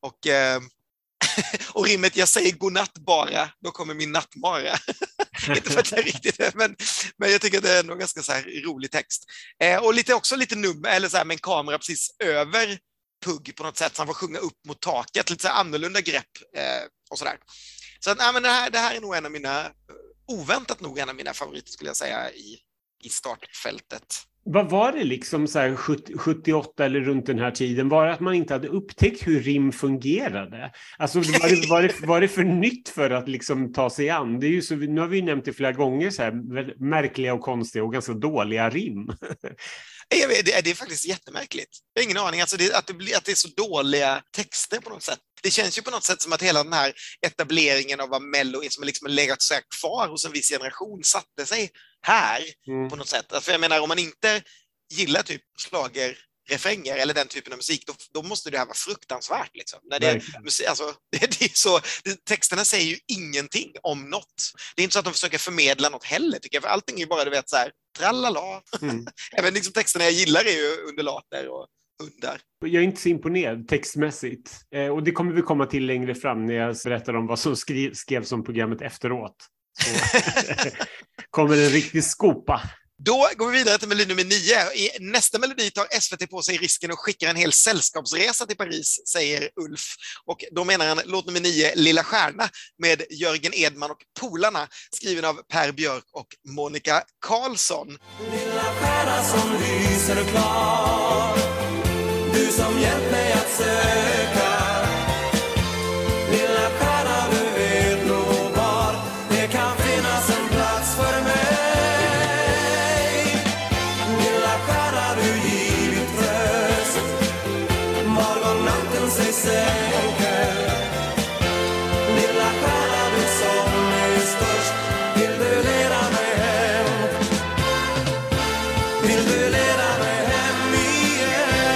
Och rimmet, jag säger godnatt bara, då kommer min nattmara. Inte för att det är riktigt, men jag tycker att det är en ganska så här rolig text. Och lite nummer, eller så här med en kamera precis över Pugg på något sätt, så han får sjunga upp mot taket, lite så här annorlunda grepp och sådär. Så att, men det här är nog oväntat nog en av mina favoriter skulle jag säga i startfältet. Vad var det liksom så här 78 eller runt den här tiden? Var det att man inte hade upptäckt hur rim fungerade? Alltså var det för nytt för att liksom ta sig an? Det är ju så, nu har vi nämnt det flera gånger, så här märkliga och konstiga och ganska dåliga rim. Det är faktiskt jättemärkligt. Jag har ingen aning. Alltså att det är så dåliga texter på något sätt. Det känns ju på något sätt som att hela den här etableringen av vad Mello är, som liksom legat så här kvar hos en viss generation, satte sig här på något sätt. För jag menar, om man inte gillar typ schlagerrefränger eller den typen av musik, då måste det här vara fruktansvärt. Liksom. Texterna säger ju ingenting om något. Det är inte så att de försöker förmedla något heller, tycker jag. För allting är ju bara, du vet, så här, trallala. Även liksom texterna jag gillar är ju undulater och hundar. Jag är inte så imponerad textmässigt. Och det kommer vi komma till längre fram när jag berättar om vad som skrevs om programmet efteråt. Så kommer en riktig skopa. Då går vi vidare till melodi nummer 9. I nästa melodi tar SVT på sig risken och skickar en hel sällskapsresa till Paris, säger Ulf. Och då menar han låt nummer 9, Lilla Stjärna, med Jörgen Edman och Polarna, skriven av Per Björk och Monica Karlsson. Lilla stjärna som lyser klar, du som hjälpt mig att söka. Lilla stjärna, du vet nog var det kan finnas en plats för mig. Lilla stjärna, du givit tröst var går natten sig sänker. Lilla stjärna, du som är störst, vill du leda mig hem? Vill du leda mig hem igen?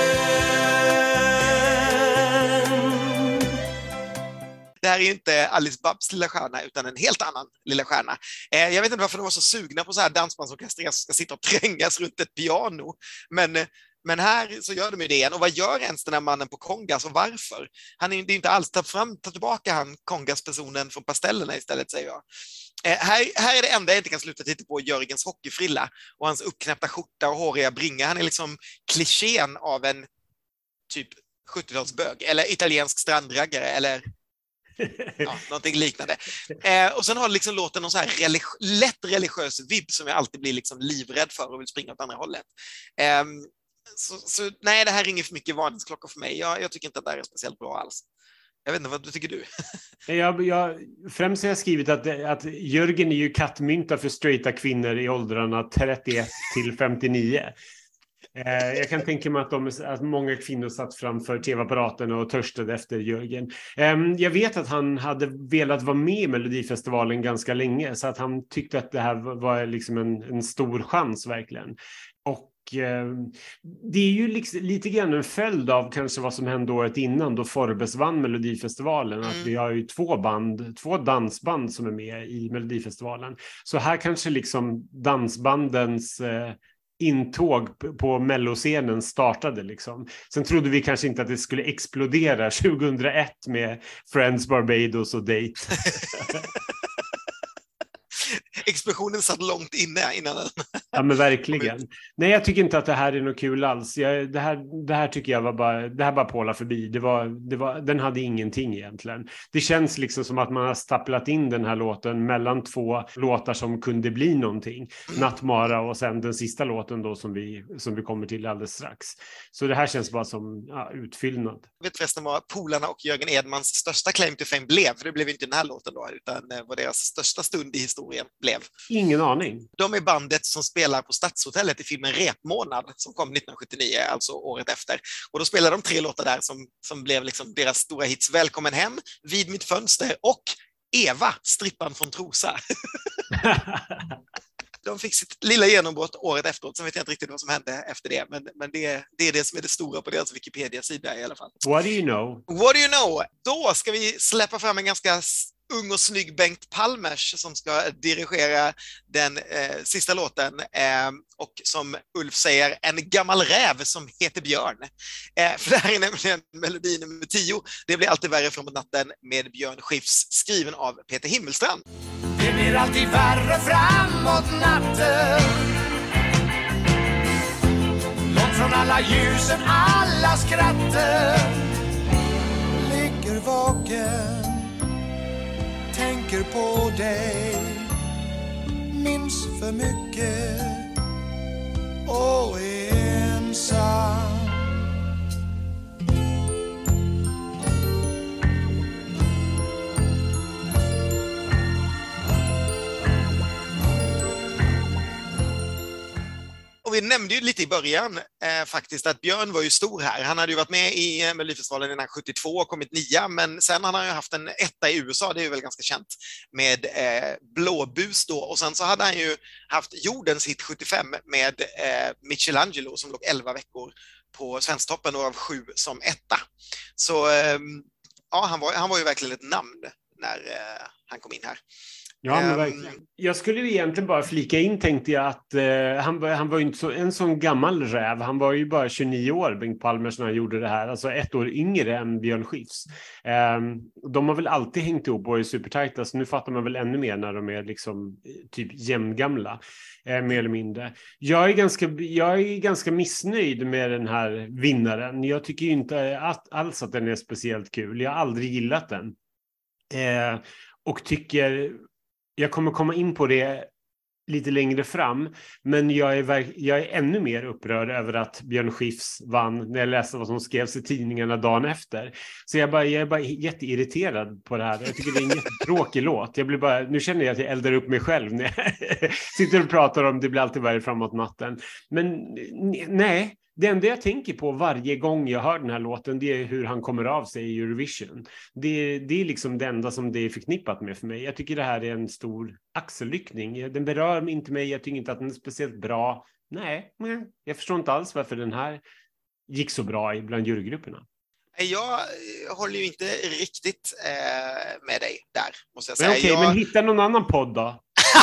Det här är ju inte Alice Babs Lilla Stjärna utan en helt annan Lilla Stjärna. Jag vet inte varför de var så sugna på så här dansbandsorkestrar som ska sitta och trängas runt ett piano. Men här så gör de ju det igen. Och vad gör ens den här mannen på kongas och varför? Det är inte alls ta tillbaka han kongaspersonen från Pastellerna istället, säger jag. Här är det enda jag inte kan sluta titta på Jörgens hockeyfrilla och hans uppknäppta skjorta och håriga bringa. Han är liksom klichén av en typ 70-talsbög eller italiensk strandraggare eller någonting liknande. Och sen har liksom låten någon så här lätt religiös vibb som jag alltid blir liksom livrädd för och vill springa åt andra hållet. Så nej, det här ringer för mycket varningsklockor för mig. Jag tycker inte att det här är speciellt bra alls. Jag vet inte, vad tycker du? Främst har jag skrivit att Jörgen är ju kattmynta för straighta kvinnor i åldrarna 31 till 59. Jag kan tänka mig att många kvinnor satt framför tv-apparaten och törstade efter Jörgen. Jag vet att han hade velat vara med i Melodifestivalen ganska länge, så att han tyckte att det här var liksom en stor chans verkligen. Och det är ju liksom lite grann en följd av kanske vad som hände året innan då Forbes vann Melodifestivalen, att vi har ju två dansband som är med i Melodifestivalen. Så här kanske liksom dansbandens intåg på melloscenen startade liksom. Sen trodde vi kanske inte att det skulle explodera 2001 med Friends, Barbados och Date. Explosionen satt långt innan den. Ja, men verkligen. Nej, jag tycker inte att det här är något kul alls. Det här tycker jag bara påla förbi. Den hade ingenting egentligen. Det känns liksom som att man har stapplat in den här låten mellan två låtar som kunde bli någonting. Nattmara och sen den sista låten då som vi kommer till alldeles strax. Så det här känns bara som utfyllnad. Jag vet förresten vad Polarna och Jörgen Edmans största claim to fame blev, för det blev inte den här låten då, utan vad deras största stund i historien blev. Ingen aning. De är bandet som spelar på Stadshotellet i filmen Repmånad som kom 1979, alltså året efter. Och då spelade de 3 låtar där som blev liksom deras stora hits. Välkommen hem, Vid mitt fönster och Eva, strippan från Trosa. De fick sitt lilla genombrott året efteråt, så vet jag inte riktigt vad som hände efter det. Men det är det som är det stora på deras Wikipedia-sida i alla fall. What do you know? What do you know? Då ska vi släppa fram en ganska ung och snygg Bengt Palmers som ska dirigera den sista låten och som Ulf säger, en gammal räv som heter Björn. För det här är nämligen melodi nummer 10. Det blir alltid värre framåt natten med Björn Skifs, skriven av Peter Himmelstrand. Det blir alltid värre framåt natten. Långt från alla ljusen, alla skratten. Ligger vaken, tänker på dig, minns för mycket och är ensam. Och vi nämnde ju lite i början faktiskt att Björn var ju stor här. Han hade ju varit med i Melodifestivalen innan 72 och kommit 9, men sen har han ju haft en etta i USA, det är ju väl ganska känt, med Blåbus då. Och sen så hade han ju haft jordens hit 75 med Michelangelo som låg 11 veckor på Svensktoppen och av 7 som etta. Så ja, han var ju verkligen ett namn när han kom in här. Ja, men verkligen. Jag skulle egentligen bara flika in, tänkte jag, att han var ju inte en sån gammal räv. Han var ju bara 29 år, Bengt Palmers, när han gjorde det här. Alltså 1 år yngre än Björn Skifs. De har väl alltid hängt ihop och är supertajta, så nu fattar man väl ännu mer när de är liksom typ jämngamla, mer eller mindre. Jag är ganska missnöjd med den här vinnaren. Jag tycker ju inte alls att den är speciellt kul. Jag har aldrig gillat den. Och tycker... Jag kommer komma in på det lite längre fram, men jag är ännu mer upprörd över att Björn Skifs vann när jag läste vad som skrevs i tidningarna dagen efter. Så jag är bara jätteirriterad på det här. Jag tycker det är en jättetråkig låt. Nu känner jag att jag eldar upp mig själv när jag sitter och pratar om det blir alltid värre framåt natten. Men nej. Det enda jag tänker på varje gång jag hör den här låten, det är hur han kommer av sig i Eurovision. Det är liksom det enda som det är förknippat med för mig. Jag tycker det här är en stor axelryckning. Den berör inte mig, jag tycker inte att den är speciellt bra. Nej, jag förstår inte alls varför den här gick så bra bland jurygrupperna. Jag håller ju inte riktigt med dig där, måste jag säga. Men okej, men hitta någon annan podd då.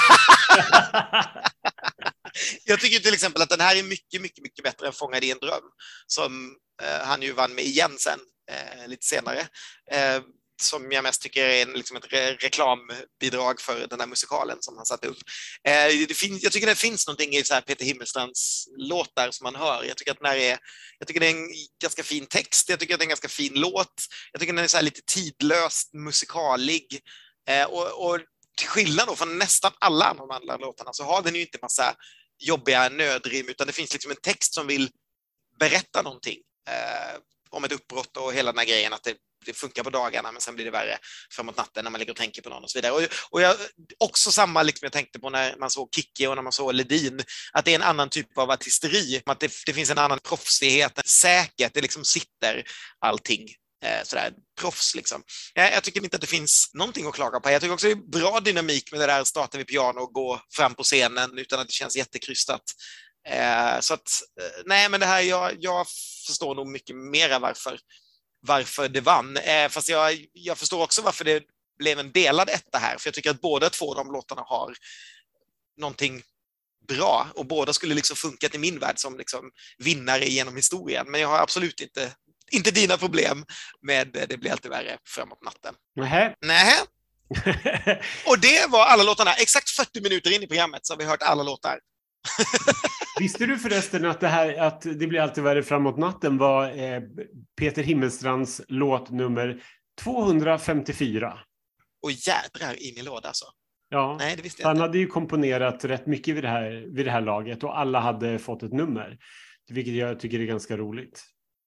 Jag tycker till exempel att den här är mycket, mycket, mycket bättre än Fångad i en dröm, som han ju vann med igen sen, lite senare. Som jag mest tycker är liksom ett reklambidrag för den här musikalen som han satte upp. Jag tycker det finns någonting i så här Peter Himmelstrands låtar som man hör. Jag tycker det är en ganska fin text. Jag tycker att det är en ganska fin låt. Jag tycker den är så här lite tidlöst musikalig. Och till skillnad då från nästan alla andra låtarna så har den ju inte massa jobbiga nödrim, utan det finns liksom en text som vill berätta någonting om ett uppbrott och hela den här grejen, att det funkar på dagarna, men sen blir det värre framåt natten när man ligger och tänker på någon och så vidare. Och jag, också samma liksom jag tänkte på när man såg Kikki och när man såg Ledin, att det är en annan typ av artisteri, att det finns en annan proffsighet, säkert, det liksom sitter allting. Sådär proffs liksom. Jag tycker inte att det finns någonting att klaga på. Jag tycker också det är bra dynamik med det där starta vid piano och gå fram på scenen utan att det känns jättekrystat. Så att, nej men det här, jag förstår nog mycket mera varför det vann. Fast jag förstår också varför det blev en delad etta här, för jag tycker att båda två av de låtarna har någonting bra och båda skulle liksom funkat i min värld som liksom vinnare genom historien, men jag har absolut inte dina problem med det blir alltid värre framåt natten. Nej. Och det var alla låtarna. Exakt 40 minuter in i programmet så har vi hört alla låtar. Visste du förresten att det blir alltid värre framåt natten var Peter Himmelstrands låt nummer 254? Och jädrar i min låda alltså. Ja, nej, det visste jag han inte. hade ju komponerat rätt mycket vid det här laget och alla hade fått ett nummer. Vilket jag tycker är ganska roligt.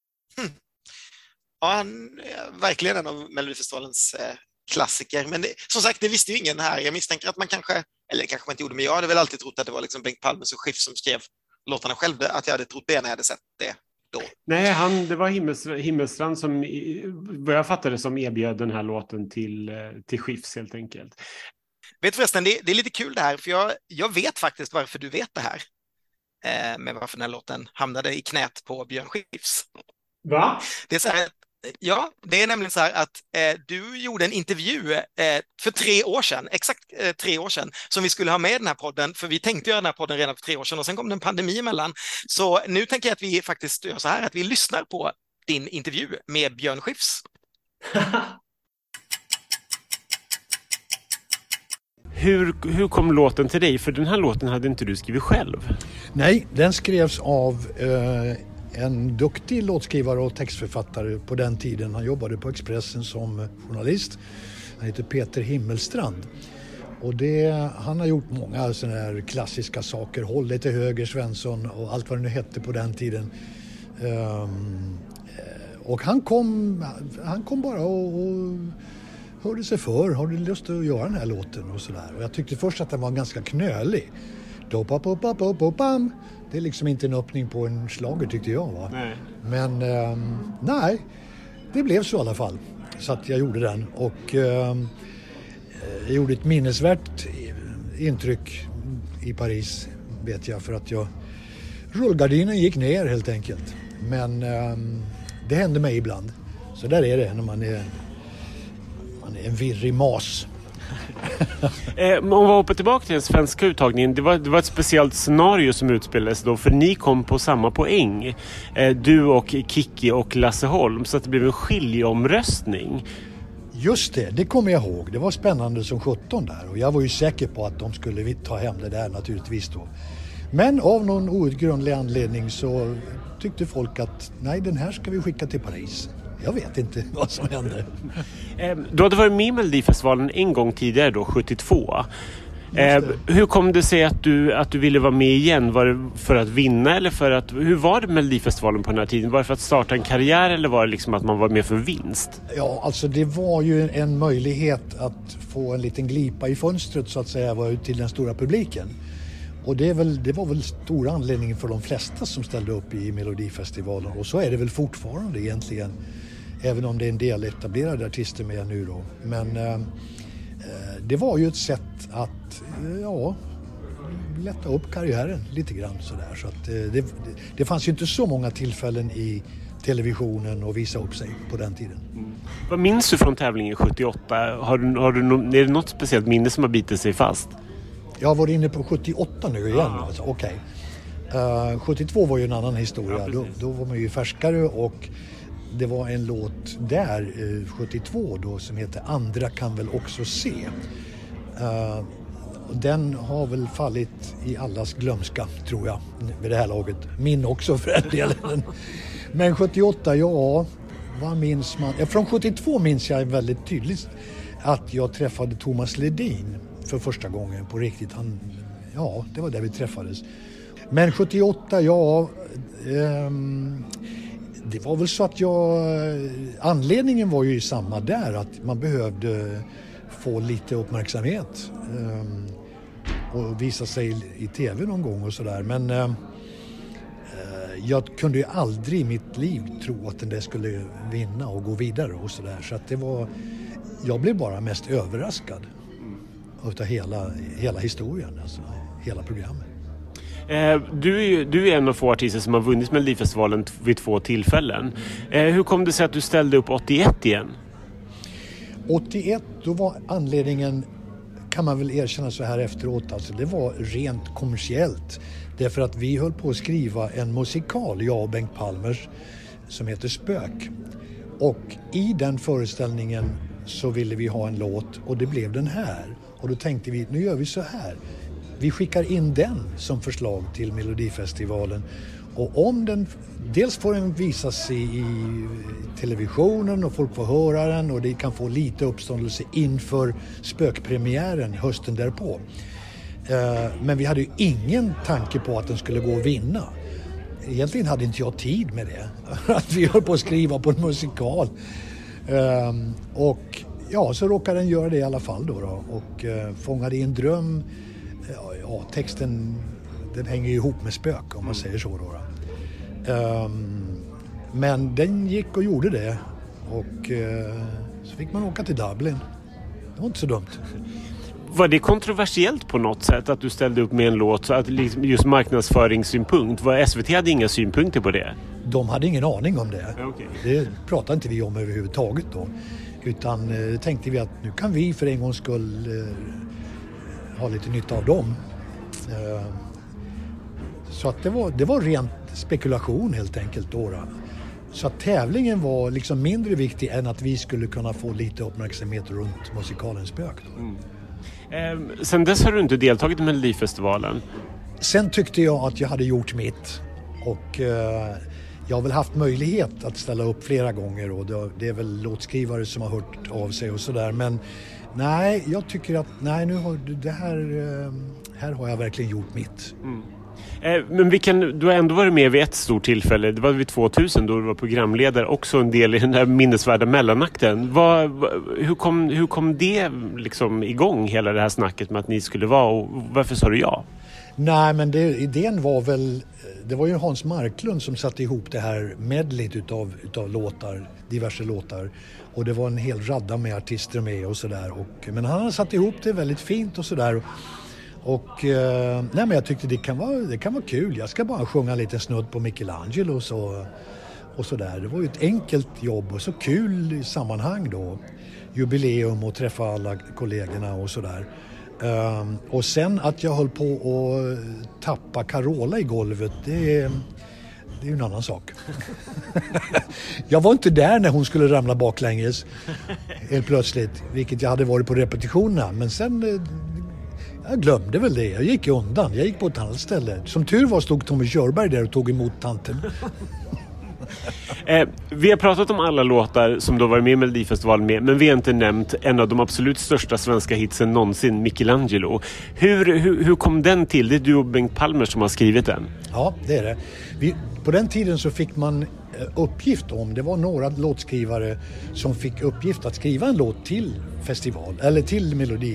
Ja, han är verkligen en av Melodifestivalens klassiker. Men som sagt, det visste ju ingen här. Jag misstänker att man kanske man inte gjorde, men jag hade väl alltid trott att det var liksom Bengt Palmes och Schiff som skrev låtarna själv. Att jag hade trott det när jag hade sett det då. Nej, det var Himmelstrand som, vad jag fattade, som erbjöd den här låten till Schiffs helt enkelt. Vet förresten, det är lite kul det här, för jag vet faktiskt varför du vet det här. Med varför den här låten hamnade i knät på Björn Schiffs. Va? Det är så här, ja, det är nämligen så här att du gjorde en intervju för 3 år sedan, exakt 3 år sedan, som vi skulle ha med i den här podden, för vi tänkte göra den här podden redan för 3 år sedan och sen kom det en pandemi emellan. Så nu tänker jag att vi faktiskt gör så här, att vi lyssnar på din intervju med Björn Schiffs. Hur kom låten till dig? För den här låten hade inte du skrivit själv. Nej, den skrevs av en duktig låtskrivare och textförfattare på den tiden. Han jobbade på Expressen som journalist. Han heter Peter Himmelstrand. Och han har gjort många sådana här klassiska saker. Håll dig till höger, Svensson och allt vad det nu hette på den tiden. Och han kom bara och hörde sig för. Har du lust att göra den här låten och sådär. Och jag tyckte först att den var ganska knölig. Det är liksom inte en öppning på en slager tyckte jag, va? Nej. Men nej, det blev så i alla fall. Så att jag gjorde den och jag gjorde ett minnesvärt intryck i Paris, vet jag, för att rullgardinen gick ner helt enkelt. Men det hände mig ibland. Så där är det när man är en virrig mas. Om vi hoppar tillbaka till den svenska uttagningen, det var ett speciellt scenario som utspelades då, för ni kom på samma poäng, du och Kikki och Lasse Holm, så att det blev en skiljeomröstning. Just det kommer jag ihåg. Det var spännande som 17 där och jag var ju säker på att de skulle ta hem det där naturligtvis då. Men av någon outgrundlig anledning så tyckte folk att nej, den här ska vi skicka till Paris. Jag vet inte vad som hände. Du hade varit med i Melodifestivalen en gång tidigare då, 72. Hur kom det sig att du ville vara med igen? Var det för att vinna eller hur var det med Melodifestivalen på den här tiden? Var det för att starta en karriär eller var det liksom att man var med för vinst? Ja, alltså det var ju en möjlighet att få en liten glipa i fönstret så att säga, var ut till den stora publiken. Och det var väl stora anledningen för de flesta som ställde upp i Melodifestivalen. Och så är det väl fortfarande egentligen. Även om det är en del etablerade artister med nu då. Men det var ju ett sätt att lätta upp karriären lite grann sådär. Så att det fanns ju inte så många tillfällen i televisionen att visa upp sig på den tiden. Vad minns du från tävlingen 78? Är det något speciellt minne som har bitit sig fast? Jag var inne på 78 nu igen. Alltså, okej. 72 var ju en annan historia. Ja, då var man ju färskare och det var en låt där, 72 då, som heter Andra kan väl också se. Den har väl fallit i allas glömska, tror jag, vid det här laget. Min också för den delen. Men 78, vad minns man? Från 72 minns jag väldigt tydligt att jag träffade Thomas Ledin för första gången på riktigt. Det var där vi träffades. Men 78, Det var väl så att anledningen var ju samma där, att man behövde få lite uppmärksamhet och visa sig i tv någon gång och sådär. Men jag kunde ju aldrig i mitt liv tro att den där skulle vinna och gå vidare och sådär. Så att jag blev bara mest överraskad av hela historien, alltså hela programmet. Du är en av få artister som har vunnit Melodifestivalen vid 2 tillfällen. Hur kom det sig att du ställde upp 81 igen? 81, då var anledningen, kan man väl erkänna så här efteråt, alltså det var rent kommersiellt. Därför att vi höll på att skriva en musikal, jag och Bengt Palmers, som heter Spök. Och i den föreställningen så ville vi ha en låt och det blev den här. Och då tänkte vi, nu gör vi så här. Vi skickar in den som förslag till Melodifestivalen. Och om den, dels får den visas i televisionen och folk får höra den och det kan få lite uppståndelse inför spökpremiären hösten därpå. Men vi hade ju ingen tanke på att den skulle gå att vinna. Egentligen hade inte jag tid med det. Att vi höll på att skriva på en musikal. Och ja, så råkade den göra det i alla fall då. Och fångade i en dröm. Ja, texten, den hänger ju ihop med spök om man säger så då. Men den gick och gjorde det. Och så fick man åka till Dublin. Det var inte så dumt. Var det kontroversiellt på något sätt att du ställde upp med en låt, så att just marknadsföringssynpunkt, SVT hade inga synpunkter på det? De hade ingen aning om det. Okay. Det pratade inte vi om överhuvudtaget då. Utan tänkte vi att nu kan vi för en gångs skull ha lite nytta av dem. Så att det var rent spekulation helt enkelt då. Så att tävlingen var liksom mindre viktig än att vi skulle kunna få lite uppmärksamhet runt musikalen Spök då. Sen dess har du inte deltagit i Melodifestivalen. Sen tyckte jag att jag hade gjort mitt. Och jag har väl haft möjlighet att ställa upp flera gånger. Och det är väl låtskrivare som har hört av sig och sådär. Men nej, jag tycker att nu har det här har jag verkligen gjort mitt. Men du har ändå varit med vid ett stort tillfälle. Det var vid 2000 då du var programledare. Också en del i den här minnesvärda mellanakten. Hur kom det liksom igång, hela det här snacket med att ni skulle vara? Och varför sa du ja? Nej, men idén var väl... Det var ju Hans Marklund som satte ihop det här medlet utav låtar, diverse låtar. Och det var en hel radda med artister med och sådär. Men han har satt ihop det väldigt fint och sådär. Och men jag tyckte det kan vara kul. Jag ska bara sjunga lite snudd på Michelangelo och sådär. Det var ju ett enkelt jobb och så kul sammanhang då. Jubileum och träffa alla kollegorna och sådär. Och sen att jag höll på att tappa Carola i golvet, det är ju en annan sak. Jag var inte där när hon skulle ramla baklänges helt plötsligt, vilket jag hade varit på repetitionerna. Men sen... Jag glömde väl det. Jag gick undan. Jag gick på ett annat ställe. Som tur var stod Tommy Körberg där och tog emot tanten. Vi har pratat om alla låtar som då var med i Melodifestivalen med, men vi har inte nämnt en av de absolut största svenska hitsen någonsin, Michelangelo. Hur kom den till? Det är du och Bengt Palmer som har skrivit den. Ja, det är det. På den tiden så fick man uppgift om, det var några låtskrivare som fick uppgift att skriva en låt till festival, eller till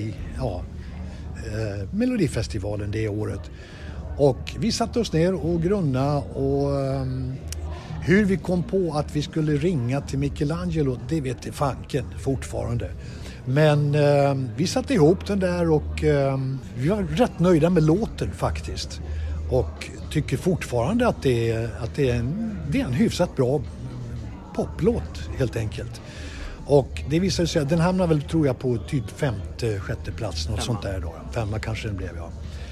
Melodifestivalen det året. Och vi satte oss ner och grunna och hur vi kom på att vi skulle ringa till Michelangelo, det vet jag fanken fortfarande. Men vi satte ihop den där och vi var rätt nöjda med låten faktiskt. Och tycker fortfarande att det är en hyfsat bra poplåt helt enkelt. Och det visade sig att den hamnar väl, tror jag, på typ 5:e, 6:e plats, något sånt där då. 5:a kanske den blev, ja.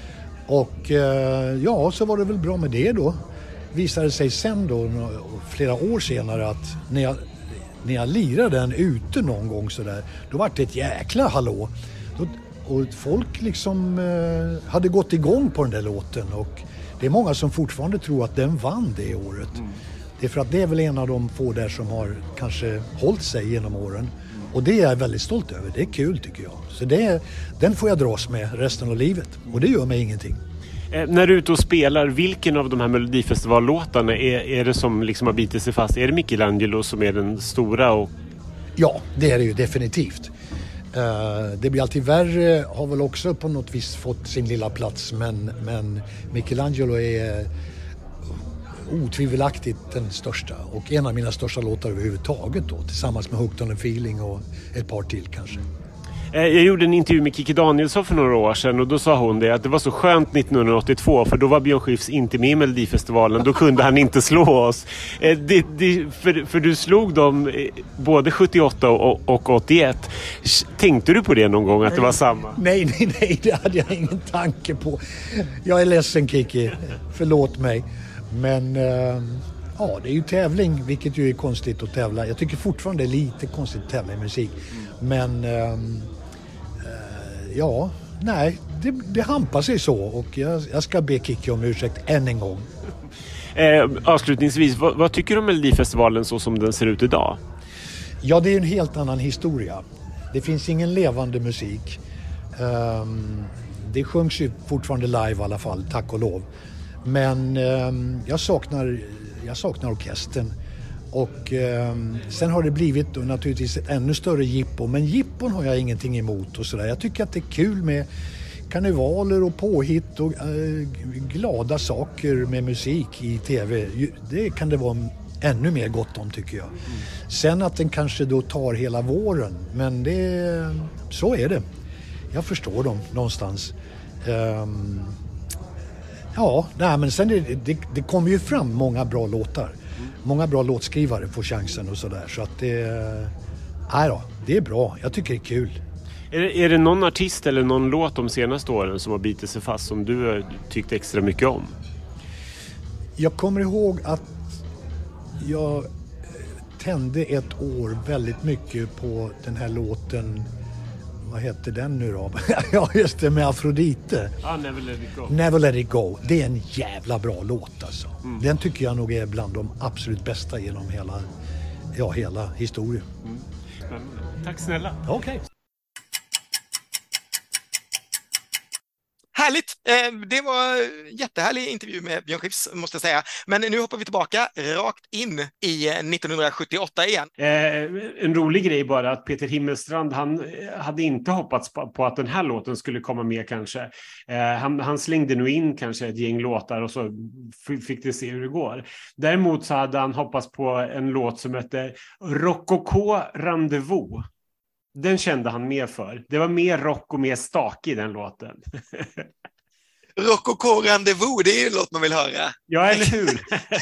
Och så var det väl bra med det då. Visade sig sen då, flera år senare, att när jag lirade den ute någon gång så där, då var det ett jäkla hallå. Och folk liksom hade gått igång på den där låten. Och det är många som fortfarande tror att den vann det året. Det är för att det är väl en av de få där som har kanske hållit sig genom åren. Och det är jag väldigt stolt över. Det är kul tycker jag. Så den får jag dras med resten av livet. Och det gör mig ingenting. När du är ute och spelar, vilken av de här Melodifestivallåtarna är det som liksom har bitit sig fast? Är det Michelangelo som är den stora? Och... Ja, det är det ju definitivt. Det blir alltid värre, har väl också på något vis fått sin lilla plats, men Michelangelo är otvivelaktigt den största och en av mina största låtar överhuvudtaget då, tillsammans med Hooked on a Feeling och ett par till kanske. Jag gjorde en intervju med Kikki Danielsson för några år sedan och då sa hon det att det var så skönt 1982 för då var Björn Skifs inte med i Melodifestivalen, då kunde han inte slå oss. För du slog dem både 78 och 81. Tänkte du på det någon gång att det var samma? Nej, det hade jag ingen tanke på. Jag är ledsen Kikki, förlåt mig. Men ja, det är ju tävling, vilket ju är konstigt att tävla. Jag tycker fortfarande det är lite konstigt att tävla i musik. Men ja, nej, det hampar sig så och jag ska be Kikki om ursäkt än en gång. Avslutningsvis, vad tycker du om Melodifestivalen så som den ser ut idag? Ja, det är en helt annan historia. Det finns ingen levande musik. Det sjungs ju fortfarande live i alla fall, tack och lov. Men jag saknar orkestern. Och sen har det blivit naturligtvis ett ännu större jippo. Men jippon har jag ingenting emot och sådär. Jag tycker att det är kul med karnevaler och påhitt och glada saker med musik i tv. Det kan det vara ännu mer gott om tycker jag. Sen att den kanske då tar hela våren. Men så är det. Jag förstår dem någonstans. Ja, nej, men sen det kommer ju fram många bra låtar. Många bra låtskrivare får chansen och sådär. Så att det är bra. Jag tycker det är kul. Är det någon artist eller någon låt de senaste åren som har bitit sig fast som du har tyckt extra mycket om? Jag kommer ihåg att jag tände ett år väldigt mycket på den här låten. Vad heter den nu då? Ja, just det, med Afrodite. Never Let It Go. Never Let It Go. Det är en jävla bra låt alltså. Den tycker jag nog är bland de absolut bästa genom hela historien. Tack snälla. Okej. Härligt! Det var en jättehärlig intervju med Björn Skifs, måste jag säga. Men nu hoppar vi tillbaka rakt in i 1978 igen. En rolig grej bara att Peter Himmelstrand, han hade inte hoppats på att den här låten skulle komma med kanske. Han slängde nog in kanske ett gäng låtar och så fick det se hur det går. Däremot så hade han hoppats på en låt som hette Rococo Rendezvous. Den kände han mer för. Det var mer rock och mer stak i den låten. Rococo Rendezvous, det är ju en låt man vill höra. Ja, eller hur?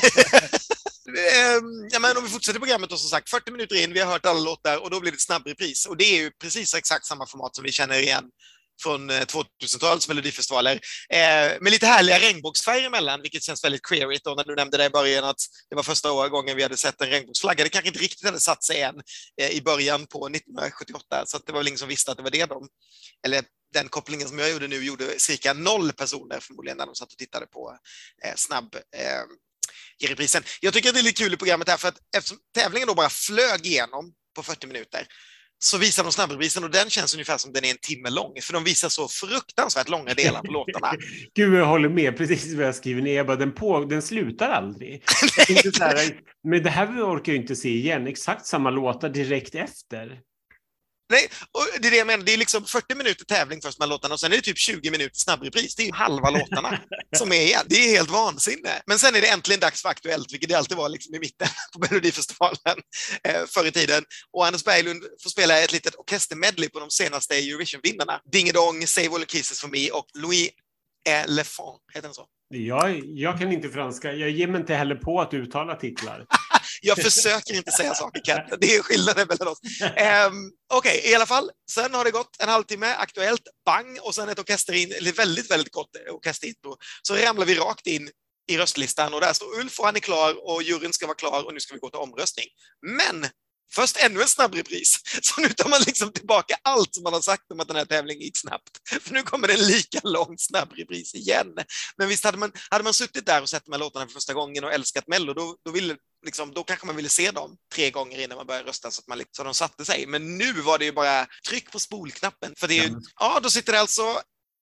Ja, men om vi fortsätter programmet då, som sagt, 40 minuter in, vi har hört alla låtar och då blir det ett snabbrepris. Och det är ju precis exakt samma format som vi känner igen från 2000-talets melodifestivaler. Med lite härliga regnbågsfärger emellan, vilket känns väldigt queerigt. Och när du nämnde det i början att det var första gången vi hade sett en regnbågsflagga. Det kanske inte riktigt hade satt sig än i början på 1978. Så att det var väl ingen som visste att det var det eller den kopplingen som jag gjorde nu gjorde cirka 0 personer förmodligen när de satt och tittade på i reprisen. Jag tycker att det är lite kul i programmet här för att eftersom tävlingen då bara flög igenom på 40 minuter så visar de snabbreprisen och den känns ungefär som den är en timme lång för de visar så fruktansvärt långa delar på låtarna. Gud, jag håller med precis vad jag skriver ner. Jag bara, den slutar aldrig. Inte så här, men det här orkar jag inte se igen. Exakt samma låtar direkt efter. Nej, och det är det jag menar. Det är liksom 40 minuter tävling först med låtarna och sen är det typ 20 minuter snabbrepris. Det är ju halva låtarna som är igen. Det är helt vansinne. Men sen är det äntligen dags för Aktuellt, vilket det alltid var liksom i mitten på Melodifestivalen förr i tiden. Och Anders Berglund får spela ett litet orkestermedley på de senaste Eurovision-vinnarna. Ding Dong, Save All the Kisses for Me och Louis Lefon, heter den så? Jag kan inte franska. Jag ger mig inte heller på att uttala titlar. Jag försöker inte säga saker, Kat. Det är skillnaden mellan oss. Okej, i alla fall. Sen har det gått en halvtimme, Aktuellt, bang, och sen ett väldigt, väldigt kort orkesterintro. Så ramlar vi rakt in i röstlistan och där står Ulf och han är klar och juryn ska vara klar och nu ska vi gå till omröstning. Men först ännu en snabbrepris. Så nu tar man liksom tillbaka allt som man har sagt om att den här tävlingen gick snabbt. För nu kommer det en lika lång snabbrepris igen. Men visst hade man suttit där och sett de här låtarna för första gången och älskat Mello, då kanske man ville se dem 3 gånger innan man började rösta så de satte sig. Men nu var det ju bara tryck på spolknappen. För det är ju, då sitter det alltså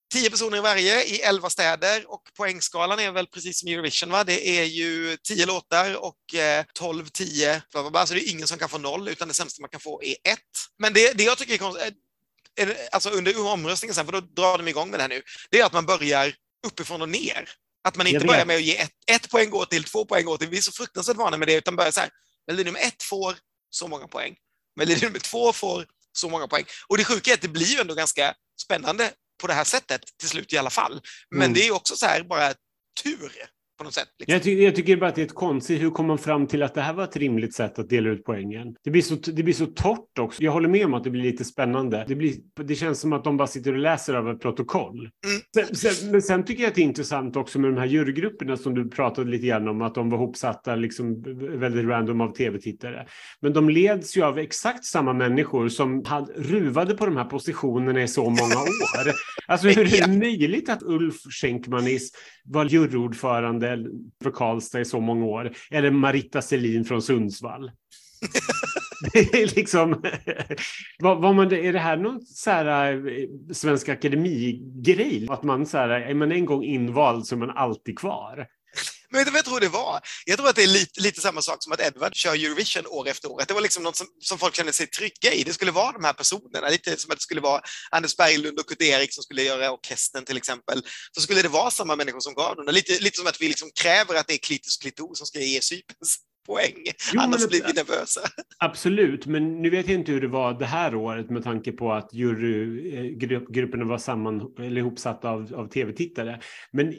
10 personer i varje i 11 städer och poängskalan är väl precis som Eurovision, va? Det är ju 10 låtar och 12, 10, alltså det är ingen som kan få 0 utan det sämsta man kan få är 1. Men det jag tycker är konstigt, alltså under omröstningen sen, för då drar de igång med det här nu, det är att man börjar uppifrån och ner. Att man inte börjar med att ge ett poäng går till, 2 poäng går till, vi är så fruktansvärt vana med det, utan börjar så här, väljer nummer 1 får så många poäng, väljer nummer 2 får så många poäng. Och det sjuka är att det blir ju ändå ganska spännande på det här sättet till slut i alla fall. Men det är också så här bara tur på något sätt. Liksom. Jag tycker bara att det är ett konstigt, hur kommer man fram till att det här var ett rimligt sätt att dela ut poängen? Det blir så torrt också. Jag håller med om att det blir lite spännande. Det känns som att de bara sitter och läser av ett protokoll. Men sen tycker jag att det är intressant också med de här jurygrupperna som du pratade lite grann om, att de var hopsatta liksom väldigt random av tv-tittare. Men de leds ju av exakt samma människor som ruvade på de här positionerna i så många år. Alltså hur är det möjligt att Ulf Schenkmanis var juryordförande för Karlstad i så många år, eller Marita Selin från Sundsvall? Det är liksom är det här någon så här Svensk Akademi-grej? Att man så här, är man en gång invald så är man alltid kvar? Men vet du vad jag tror det var? Jag tror att det är lite samma sak som att Edward kör Eurovision år efter år. Att det var liksom något som folk kände sig trygga i. Det skulle vara de här personerna. Lite som att det skulle vara Anders Berglund och Kurt Erik som skulle göra orkestern till exempel. Så skulle det vara samma människor som gav dem. Lite som att vi liksom kräver att det är Klitus Klito som ska ge Cyperns poäng. Annars blir vi nervösa. Absolut, men nu vet jag inte hur det var det här året med tanke på att jurygrupperna var ihopsatta av tv-tittare. Men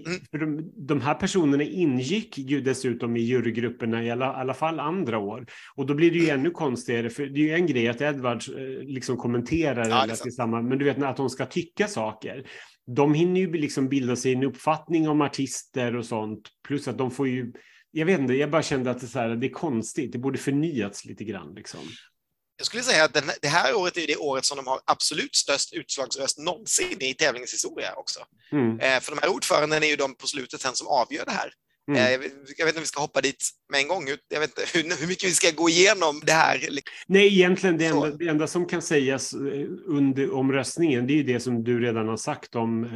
de här personerna ingick ju dessutom i jurygrupperna i alla fall andra år. Och då blir det ju ännu konstigare, för det är ju en grej att Edward liksom kommenterar tillsammans, men du vet att de ska tycka saker. De hinner ju liksom bilda sig en uppfattning om artister och sånt, plus att de får ju, jag vet inte, jag bara kände att det är konstigt. Det borde förnyats lite grann. Liksom. Jag skulle säga att det här året är det året som de har absolut störst utslagsröst någonsin i tävlingens historia också. För de här ordföranden är ju de på slutet sen som avgör det här. Jag vet inte om vi ska hoppa dit med en gång. Jag vet inte hur mycket vi ska gå igenom det här. Nej, egentligen det enda som kan sägas under omröstningen, det är ju det som du redan har sagt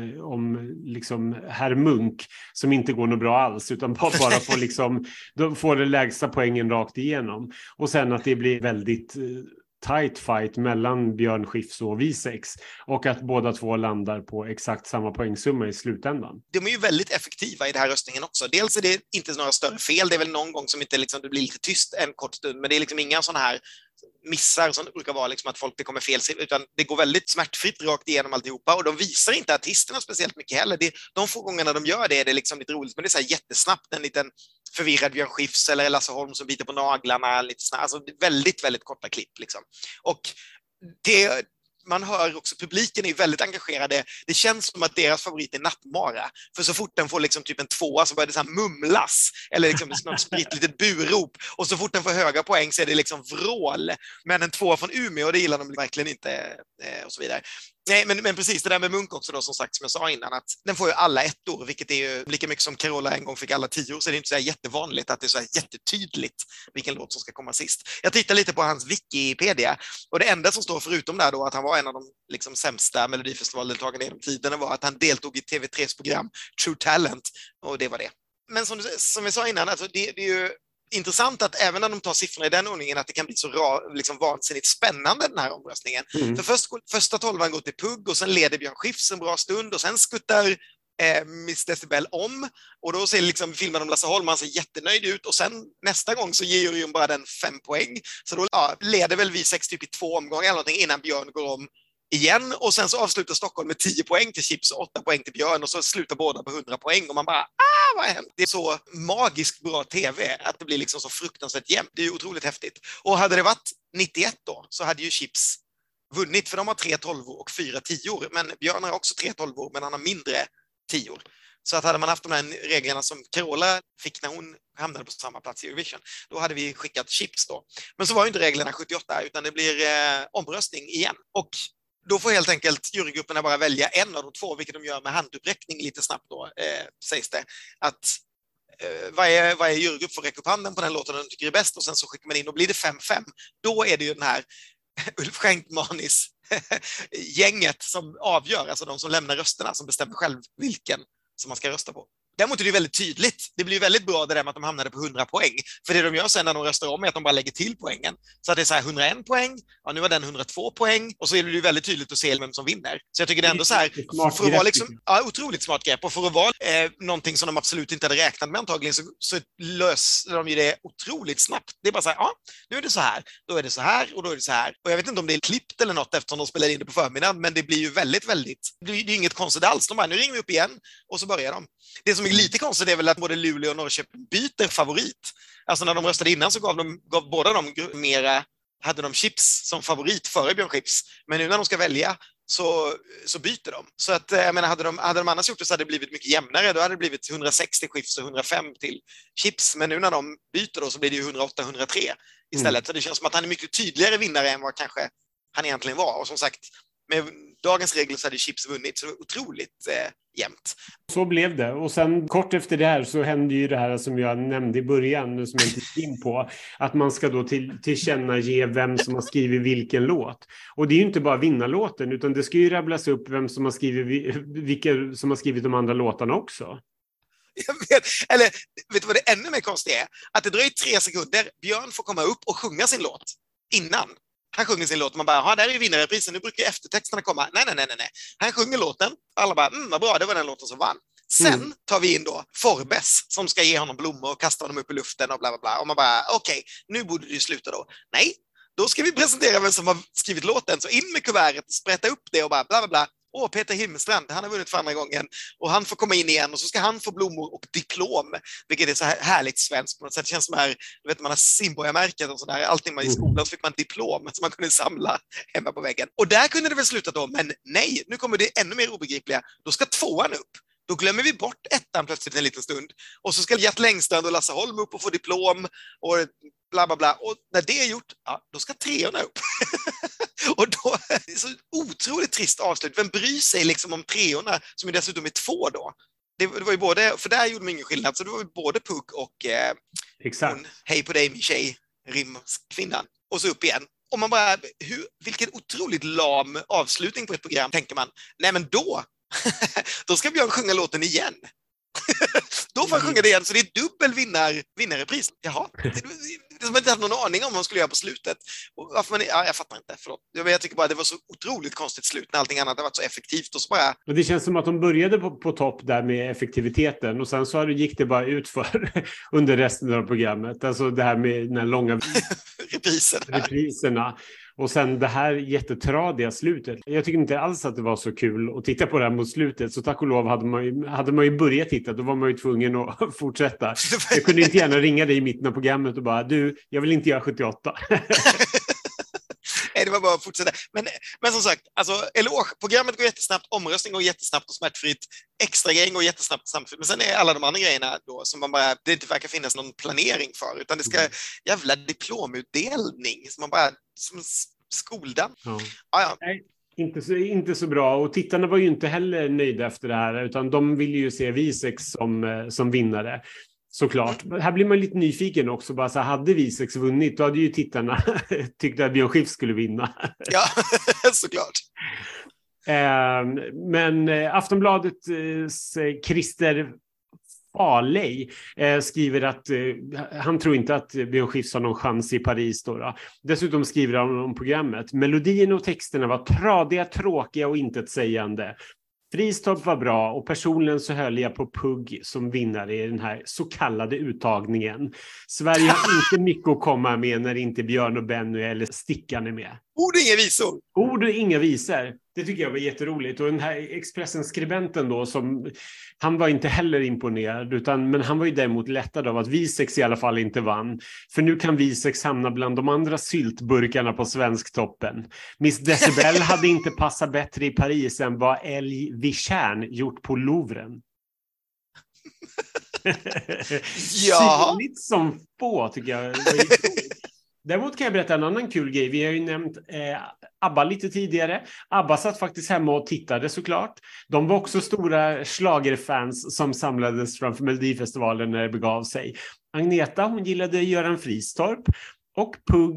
om liksom herr Munk som inte går något bra alls, utan bara får liksom, de får det lägsta poängen rakt igenom. Och sen att det blir väldigt tight fight mellan Björn Skifs och Wiesex, och att båda två landar på exakt samma poängsumma i slutändan. De är ju väldigt effektiva i den här röstningen också. Dels är det inte några större fel, det är väl någon gång som inte liksom, det blir lite tyst en kort stund, men det är liksom inga sådana här missar som det brukar vara, liksom att folk det kommer fel, utan det går väldigt smärtfritt rakt igenom alltihopa, och de visar inte artisterna speciellt mycket heller. De få gångerna de gör det är det liksom lite roligt, men det är så här jättesnabbt, en liten förvirrad Björn Skifs eller Lasse Holm som biter på naglarna lite snabbt, alltså väldigt, väldigt korta klipp liksom. Och det man hör också, publiken är väldigt engagerade. Det känns som att deras favorit är Nattmara. För så fort den får liksom typ en 2 så börjar det så här mumlas. Eller liksom något spritt litet burop. Och så fort den får höga poäng så är det liksom vrål. Men en 2 från Umeå, det gillar de verkligen inte. Och så vidare. Nej, men precis det där med Munk också då, som sagt, som jag sa innan, att den får ju alla 1-or, vilket är ju lika mycket som Carola en gång fick alla 10, så det är inte så här jättevanligt att det är så här jättetydligt vilken låt som ska komma sist. Jag tittar lite på hans Wikipedia, och det enda som står förutom där då att han var en av de liksom sämsta Melodifestivaldeltagarna genom tiderna var att han deltog i TV3s program True Talent, och det var det. Men som vi sa innan, alltså det är ju intressant att även när de tar siffrorna i den ordningen att det kan bli så liksom vansinnigt spännande den här omröstningen. För första 12:an går till Pugg, och sen leder Björn Skifs en bra stund, och sen skuttar Miss Decibel om, och då ser liksom filmen om Lasse Holm, han ser jättenöjd ut, och sen nästa gång så ger juryn bara den 5 poäng, så då leder väl vi 6 typ i 2 omgångar eller någonting innan Björn går om igen, och sen så avslutar Stockholm med 10 poäng till Chips och 8 poäng till Björn, och så slutar båda på 100 poäng, och man bara, vad har hänt? Det är så magiskt bra tv att det blir liksom så fruktansvärt jämnt. Det är ju otroligt häftigt. Och hade det varit 91 då, så hade ju Chips vunnit, för de har 3 12-or och 4 10-or, men Björn har också 3 12-or, men han har mindre 10-or. Så att hade man haft de här reglerna som Carola fick när hon hamnade på samma plats i Eurovision, då hade vi skickat Chips då. Men så var ju inte reglerna 78, utan det blir omröstning igen. Och då får helt enkelt jurygrupperna bara välja en av de 2, vilket de gör med handuppräckning lite snabbt då, sägs det. Att varje jurygrupp får räcka upp handen på den låten de tycker är bäst, och sen så skickar man in, och blir det 5-5, då är det ju den här Ulf Schenkmanis gänget som avgör, alltså de som lämnar rösterna, som bestämmer själv vilken som man ska rösta på. Däremot är det väldigt tydligt. Det blir väldigt bra det där med att de hamnade på 100 poäng. För det de gör sen när de röstar om är att de bara lägger till poängen. Så att det är så här 101 poäng, ja nu var den 102 poäng och så är det ju väldigt tydligt att se vem som vinner. Så jag tycker det är ändå så här, för att vara liksom, ja, otroligt smart grepp och för att vara någonting som de absolut inte hade räknat med antagligen så löser de ju det otroligt snabbt. Det är bara så här, ja, nu är det så här, då är det så här och då är det så här. Och jag vet inte om det är klippt eller något eftersom de spelar in det på förmiddagen, men det blir ju väldigt, det är inget konstigt alls. De bara, nu ringer vi upp igen och så börjar de. Det som är lite konstigt är väl att både Luleå och Norrköping byter favorit. Alltså när de röstade innan så gav båda de hade de Chips som favorit före Björn Skifs. Men nu när de ska välja så byter de. Så att jag menar, hade de annars gjort det så hade det blivit mycket jämnare. Då hade det blivit 160 Skifs och 105 till Chips. Men nu när de byter då så blir det ju 108-103 istället. Så det känns som att han är mycket tydligare vinnare än vad kanske han egentligen var. Och som sagt, med dagens regler så hade Chips vunnit, så det var otroligt jämnt. Så blev det. Och sen kort efter det här så hände ju det här som jag nämnde i början, som jag inte gick in på, att man ska då tillkännage vem som har skrivit vilken låt. Och det är ju inte bara vinnarlåten, utan det ska ju rabblas upp vem som har skrivit, vilka som har skrivit de andra låtarna också. Jag vet du vad det ännu mer konstigt är? Att det dröjer 3 sekunder, Björn får komma upp och sjunga sin låt innan. Han sjunger sin låt och man bara, ja, där är vinnarreprisen, nu brukar eftertexterna komma. Nej. Han sjunger låten, alla bara, vad bra, det var den låten som vann. Sen tar vi in då Forbes som ska ge honom blommor och kasta honom upp i luften och bla bla bla. Och man bara, okej, nu borde det ju sluta då. Nej, då ska vi presentera vem som har skrivit låten. Så in med kuvertet, sprätta upp det och bara bla bla bla. Peter Himmelstrand, han har vunnit för andra gången och han får komma in igen och så ska han få blommor och diplom, vilket är så här härligt svenskt på något sätt. Det känns som här, du vet, man har Simborgarmärket och sådär, allting man i skolan så fick man diplom som man kunde samla hemma på väggen. Och där kunde det väl sluta då, men nej, nu kommer det ännu mer obegripliga. Då ska 2:an upp. Då glömmer vi bort 1:an plötsligt en liten stund. Och så ska Gert Längstrand och Lasse Holm upp och få diplom och bla bla bla. Och när det är gjort, ja, då ska 3:orna upp. Och då det är så otroligt trist avslut. Vem bryr sig liksom om 3:orna som är dessutom är 2 då? Det var ju både, för där gjorde man ingen skillnad, så det var ju både Pugh och hon, hej på dig min tjej, rimskvinnan. Och så upp igen. Och man bara, vilken otroligt lam avslutning på ett program, tänker man. Nej men då ska Björn sjunga låten igen. Då får han sjunga det igen, så det är dubbel vinnarrepris. Jaha, det som inte hade någon aning om vad man skulle göra på slutet. Och varför jag fattar inte, förlåt. Jag tycker bara det var så otroligt konstigt slut när allting annat har varit så effektivt och så bara... Och det känns som att de började på topp där med effektiviteten och sen så gick det bara ut för under resten av programmet. Alltså det här med den här långa repriserna. Och sen det här jättetradiga slutet. Jag tycker inte alls att det var så kul att titta på det här mot slutet. Så tack och lov hade man ju börjat titta. Då var man ju tvungen att fortsätta. Jag kunde inte gärna ringa dig i mitten av programmet och bara, du, jag vill inte göra 78. Nej, det var bara att fortsätta. Men som sagt, alltså, programmet går jättesnabbt, omröstning går jättesnabbt och smärtfritt, extra grejen går jättesnabbt samtidigt. Men sen är alla de andra grejerna då som man bara, det inte verkar finnas någon planering för, utan det ska jävla diplomutdelning som man bara, som skoldan. Ja. Nej, inte så bra. Och tittarna var ju inte heller nöjda efter det här, utan de ville ju se Wiesek som vinnare. Såklart. Här blir man lite nyfiken också. Bara så hade Wiesek vunnit, då hade ju tittarna tyckt att Björn Skifs skulle vinna. Ja, såklart. Men Aftonbladets Christer Farley skriver att han tror inte att Björn Skifs har någon chans i Paris då. Dessutom skriver han om programmet. Melodierna och texterna var tradiga, tråkiga och intetsägande. Fristorp var bra och personligen så höll jag på Pugh som vinnare i den här så kallade uttagningen. Sverige har inte mycket att komma med när inte Björn och Benny eller Stickan är med. Ord och inga visor. Ord och inga visor. Det tycker jag var jätteroligt. Och den här Expressen-skribenten då, han var inte heller imponerad, men han var ju däremot lättad av att Wiesek i alla fall inte vann. För nu kan Wiesek hamna bland de andra syltburkarna på Svensktoppen. Miss Decibel hade inte passat bättre i Paris än vad Elg Vichern gjort på Louvren. Ja. Synligt som få, tycker jag. Däremot kan jag berätta en annan kul grej. Vi har ju nämnt ABBA lite tidigare. ABBA satt faktiskt hemma och tittade såklart. De var också stora schlagerfans som samlades framför Melodifestivalen när det begav sig. Agneta, hon gillade Göran Fristorp och Pugh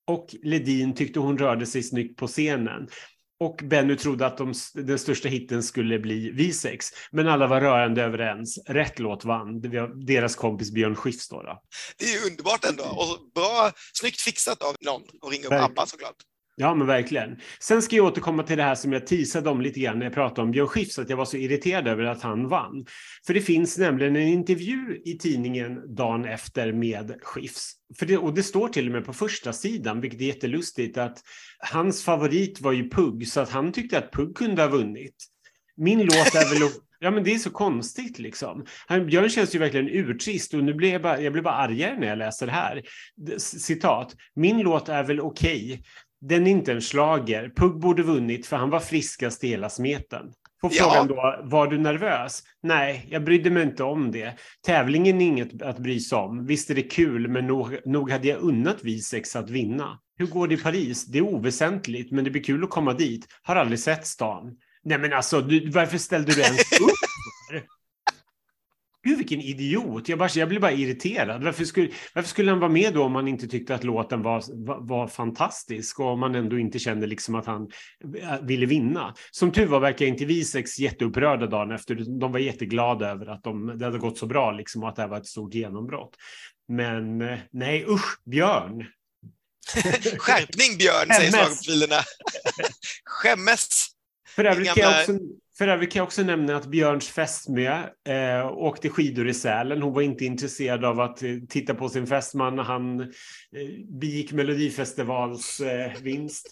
Och Ledin tyckte hon rörde sig snyggt på scenen. Och Benny trodde att den största hitten skulle bli V6. Men alla var rörande överens. Rätt låt vann. Det var deras kompis Björn Skifs då. Det är ju underbart ändå. Och bra, snyggt fixat av någon att ringa upp ABBA såklart. Ja, men verkligen. Sen ska jag återkomma till det här som jag teasade om lite grann när jag pratade om Björn Skifs, att jag var så irriterad över att han vann. För det finns nämligen en intervju i tidningen dagen efter med Skifs. Och det står till och med på första sidan, vilket är jättelustigt, att hans favorit var ju Pugg, så att han tyckte att Pugg kunde ha vunnit. Min låt är väl... Ja, men det är så konstigt liksom. Björn känns ju verkligen urtrist och nu blev jag blev bara argare när jag läser det här. Citat. Min låt är väl okej. Den är inte en slager. Pugg borde vunnit för han var friskast i hela smeten. På frågan då, var du nervös? Nej, jag brydde mig inte om det. Tävlingen är inget att bry sig om. Visst är det kul, men nog hade jag unnat V6 att vinna. Hur går det i Paris? Det är oväsentligt, men det blir kul att komma dit. Har aldrig sett stan. Nej, men alltså, varför ställde du ens upp för? Gud, vilken idiot. Jag blev bara irriterad. Varför skulle han vara med då om man inte tyckte att låten var fantastisk och om man ändå inte kände liksom att han ville vinna? Som tur var verkar inte V6 jätteupprörda dagen efter. De var jätteglada över att det hade gått så bra liksom, och att det här var ett stort genombrott. Men nej, usch, Björn. Skärpning, Björn, säger slagfilerna. Skämmes. För övrigt kan jag också nämna att Björns fästmö åkte skidor i Sälen. Hon var inte intresserad av att titta på sin fästman när han begick Melodifestivals vinst.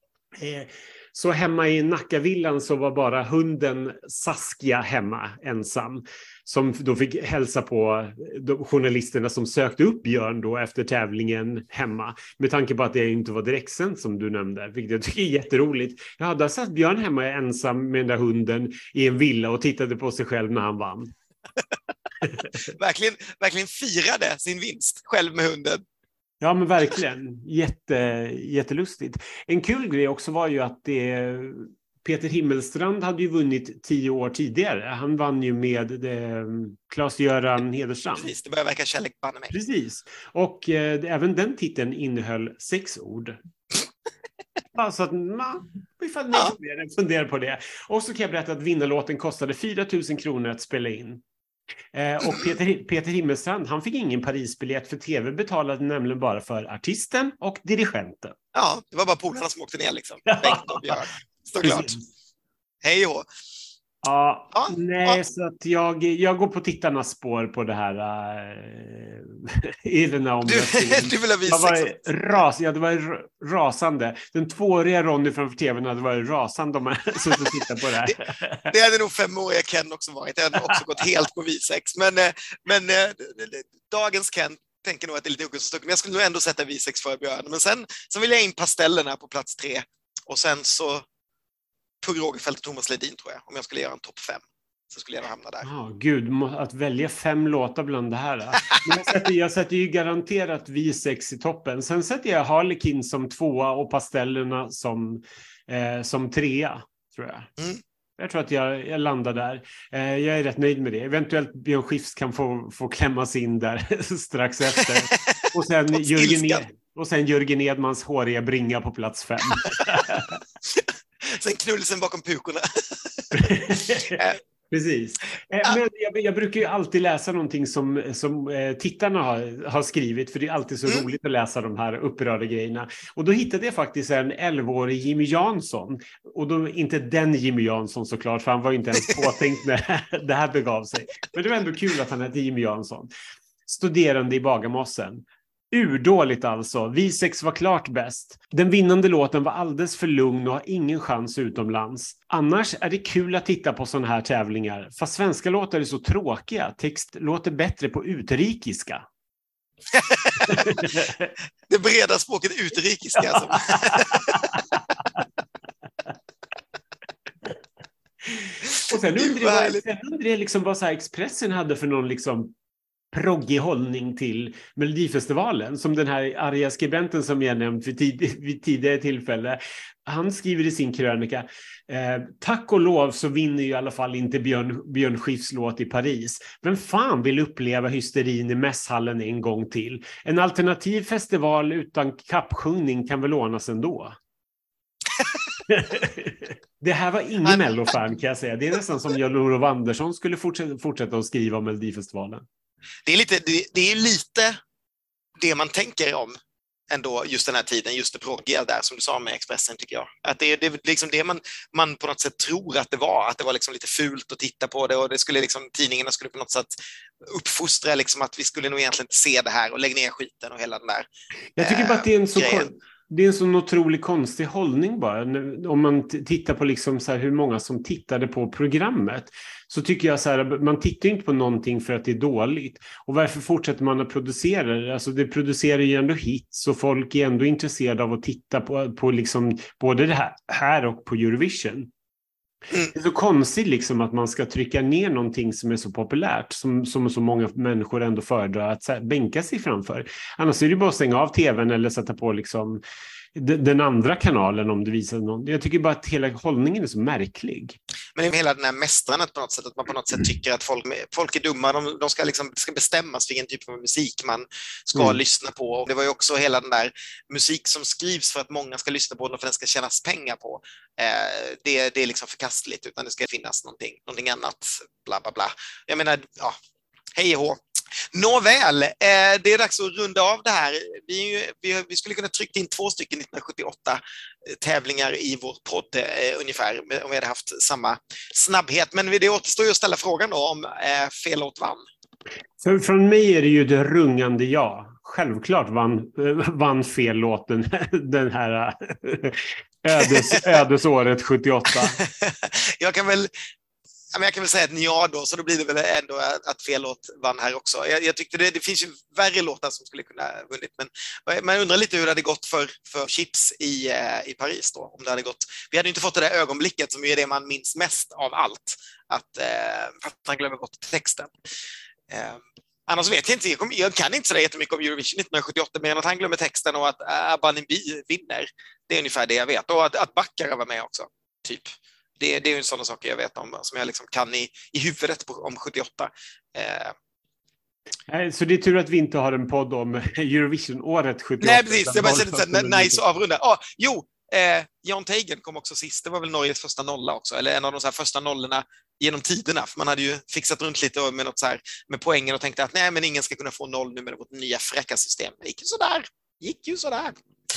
Så hemma i Nackavillan så var bara hunden Saskia hemma ensam. Som då fick hälsa på de journalisterna som sökte upp Björn då efter tävlingen hemma. Med tanke på att det inte var direktsänt som du nämnde. Vilket jag tycker är jätteroligt. Jag hade satt Björn hemma ensam med den där hunden i en villa och tittade på sig själv när han vann. verkligen firade sin vinst själv med hunden. Ja, men verkligen. Jättelustigt. En kul grej också var ju att Peter Himmelstrand hade ju vunnit 10 år tidigare. Han vann ju med Claes-Göran Hederstrand. Precis, det börjar verka kärlek på mig. Precis. Och även den titeln innehöll 6 ord. Så att ifall ni funderar på det. Och så kan jag berätta att vinnarlåten kostade 4 000 kronor att spela in. Och Peter Himmelstrand, han fick ingen Parisbiljett för tv betalade nämligen bara för artisten och dirigenten. Ja, det var bara polarna som åkte ner liksom. Bengt och Björn. Såklart. Hej och. Så att jag går på tittarnas spår på det här i den här omröstningen. Du vill ha V6. Det var rasande. Den 2-åriga Ronny framför tvn hade varit rasande om man suttit och tittat på det här. Det hade nog 5-åriga Ken också varit. Jag hade också gått helt på V6. Men dagens Ken tänker nog att det är lite ogudsstuck. Men jag skulle nog ändå sätta V6 för Björn. Men sen vill jag in pastellerna på plats 3. Och sen så Pugh Rogefeldt och Thomas Ledin, tror jag. Om jag skulle göra en topp 5 så skulle jag hamna där. Gud, att välja 5 låtar bland det här. Men jag sätter ju garanterat V6 i toppen. Sen sätter jag Harlekin som 2 och pastellerna som 3, tror jag. Mm. Jag tror att jag landar där. Jag är rätt nöjd med det. Eventuellt Björn Skifs kan få klämmas in där strax efter. Och sen Jörgen Edmans håriga bringa på plats 5. Sen knullsen bakom pukorna. Precis. Men jag brukar ju alltid läsa någonting som tittarna har skrivit, för det är alltid så roligt att läsa de här upprörda grejerna. Och då hittade jag faktiskt en 11-årig Jimmy Jansson. Och då inte den Jimmy Jansson såklart, för han var ju inte ens påtänkt när det här begav sig. Men det var ändå kul att han hette Jimmy Jansson. Studerande i Bagarmossen. Urdåligt alltså. V6 var klart bäst. Den vinnande låten var alldeles för lugn och har ingen chans utomlands. Annars är det kul att titta på sådana här tävlingar. Fast svenska låtar är så tråkiga. Text låter bättre på utrikiska. Det breda språket utrikiska. Alltså. Och sen undrar jag liksom vad så här Expressen hade för någon liksom proggig hållning till Melodifestivalen, som den här arga skribenten som jag nämnt vid tidigare tillfälle. Han skriver i sin krönika: tack och lov så vinner ju i alla fall inte Björn Skifs låt i Paris. Vem fan vill uppleva hysterin i mässhallen en gång till? En alternativ festival utan kappsjungning kan väl ordnas ändå. Det här var ingen Mello-fan, kan jag säga. Det är nästan som Jan-Olof Andersson skulle fortsätta att skriva om Melodifestivalen. Det är lite det man tänker om ändå just den här tiden, just det proggiga där som du sa med Expressen, tycker jag. Att det är liksom det man på något sätt tror att det var liksom lite fult att titta på det, och det skulle liksom, tidningarna skulle på något sätt uppfostra liksom att vi skulle nog egentligen inte se det här och lägga ner skiten och hela den där. Jag tycker bara att det är en så det är en sån otroligt konstig hållning bara. Om man tittar på liksom så här hur många som tittade på programmet, så tycker jag så här, man tittar inte på någonting för att det är dåligt. Och varför fortsätter man att producera det? Alltså det producerar ju ändå hits, och folk är ändå intresserade av att titta på liksom både det här och på Eurovision. Det är så konstigt liksom att man ska trycka ner någonting som är så populärt, som så många människor ändå föredrar att så här, bänka sig framför. Annars är det bara att stänga av tvn eller sätta på liksom den andra kanalen om det visar någon. Jag tycker bara att hela hållningen är så märklig. Men det är hela den här mästrandet på något sätt, att man på något sätt tycker att folk är dumma, de ska liksom, det ska bestämmas vilken typ av musik man ska lyssna på. Och det var ju också hela den där musik som skrivs för att många ska lyssna på och för den ska tjänas pengar på. Det är liksom förkastligt, utan det ska finnas någonting annat, bla bla bla. Jag menar, ja, hej och hå. Nåväl, det är dags att runda av det här. Vi skulle kunna trycka in 2 stycken 1978 tävlingar i vår podd ungefär, om vi hade haft samma snabbhet. Men det återstår ju att ställa frågan då om fel låt vann. Så från mig är det ju det rungande ja. Självklart vann fel låten den här ödesåret 78. Jag kan väl säga att ja då, så då blir det väl ändå att fel låt vann här också. Jag tyckte det finns ju värre låtar som skulle kunna vunnit, men man undrar lite hur det hade gått för Chips i Paris då, om det hade gått. Vi hade inte fått det där ögonblicket som är det man minns mest av allt, att han glömmer bort texten. Annars vet jag inte, jag kan inte så jättemycket om Eurovision 1978, men att han glömmer texten och att Abanimbi vinner, det är ungefär det jag vet. Och att Baccara var med också, typ. Det är ju en sån sak jag vet om, som jag liksom kan i huvudet om 78. Så det är tur att vi inte har en podd om Eurovision-året 78. Nej, precis. Jag bara kände nice att avrunda. Jan Teigen kom också sist. Det var väl Norges första nolla också, eller en av de så här första nollorna genom tiderna. För man hade ju fixat runt lite med något så här med poängen och tänkte att nej, men ingen ska kunna få 0 nu med vårt nya fräcka system. Det gick ju sådär.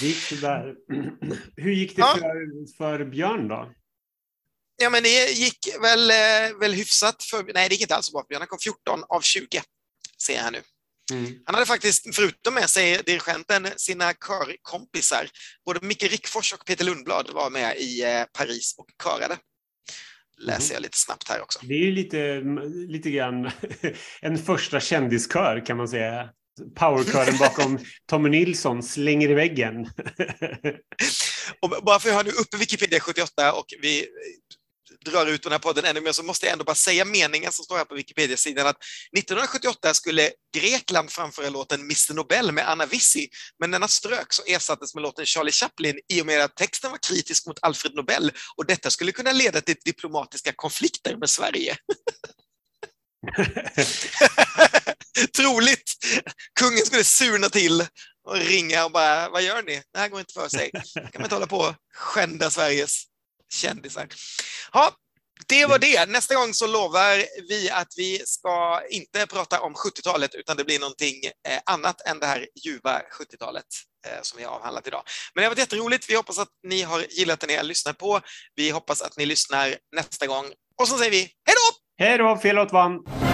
Hur gick det för Björn då? Ja, men det gick väl hyfsat nej, det gick inte alls bra. Björn kom 14 av 20, ser jag här nu. Han hade faktiskt, förutom med sig dirigenten, sina körkompisar. Både Micke Rickfors och Peter Lundblad var med i Paris och körade. Läser jag lite snabbt här också. Det är ju lite grann en första kändiskör, kan man säga. Powerkören bakom Tommy Nilsson slänger i väggen. Och bara för att jag har nu uppe Wikipedia 78 och vi drar ut den här podden ännu mer, så måste jag ändå bara säga meningen som står här på Wikipedia-sidan, att 1978 skulle Grekland framföra låten Mr. Nobel med Anna Vissi, men denna ströks och ersattes med låten Charlie Chaplin i och med att texten var kritisk mot Alfred Nobel, och detta skulle kunna leda till diplomatiska konflikter med Sverige. Troligt. Kungen skulle surna till och ringa och bara, vad gör ni? Det här går inte för sig. Kan man inte hålla på och skända Sveriges kändisar. Ja, det var det. Nästa gång så lovar vi att vi ska inte prata om 70-talet, utan det blir någonting annat än det här ljuva 70-talet som vi har avhandlat idag. Men det har varit jätteroligt. Vi hoppas att ni har gillat det ni har lyssnat på. Vi hoppas att ni lyssnar nästa gång. Och så säger vi hej då! Hej då, fel låt vann!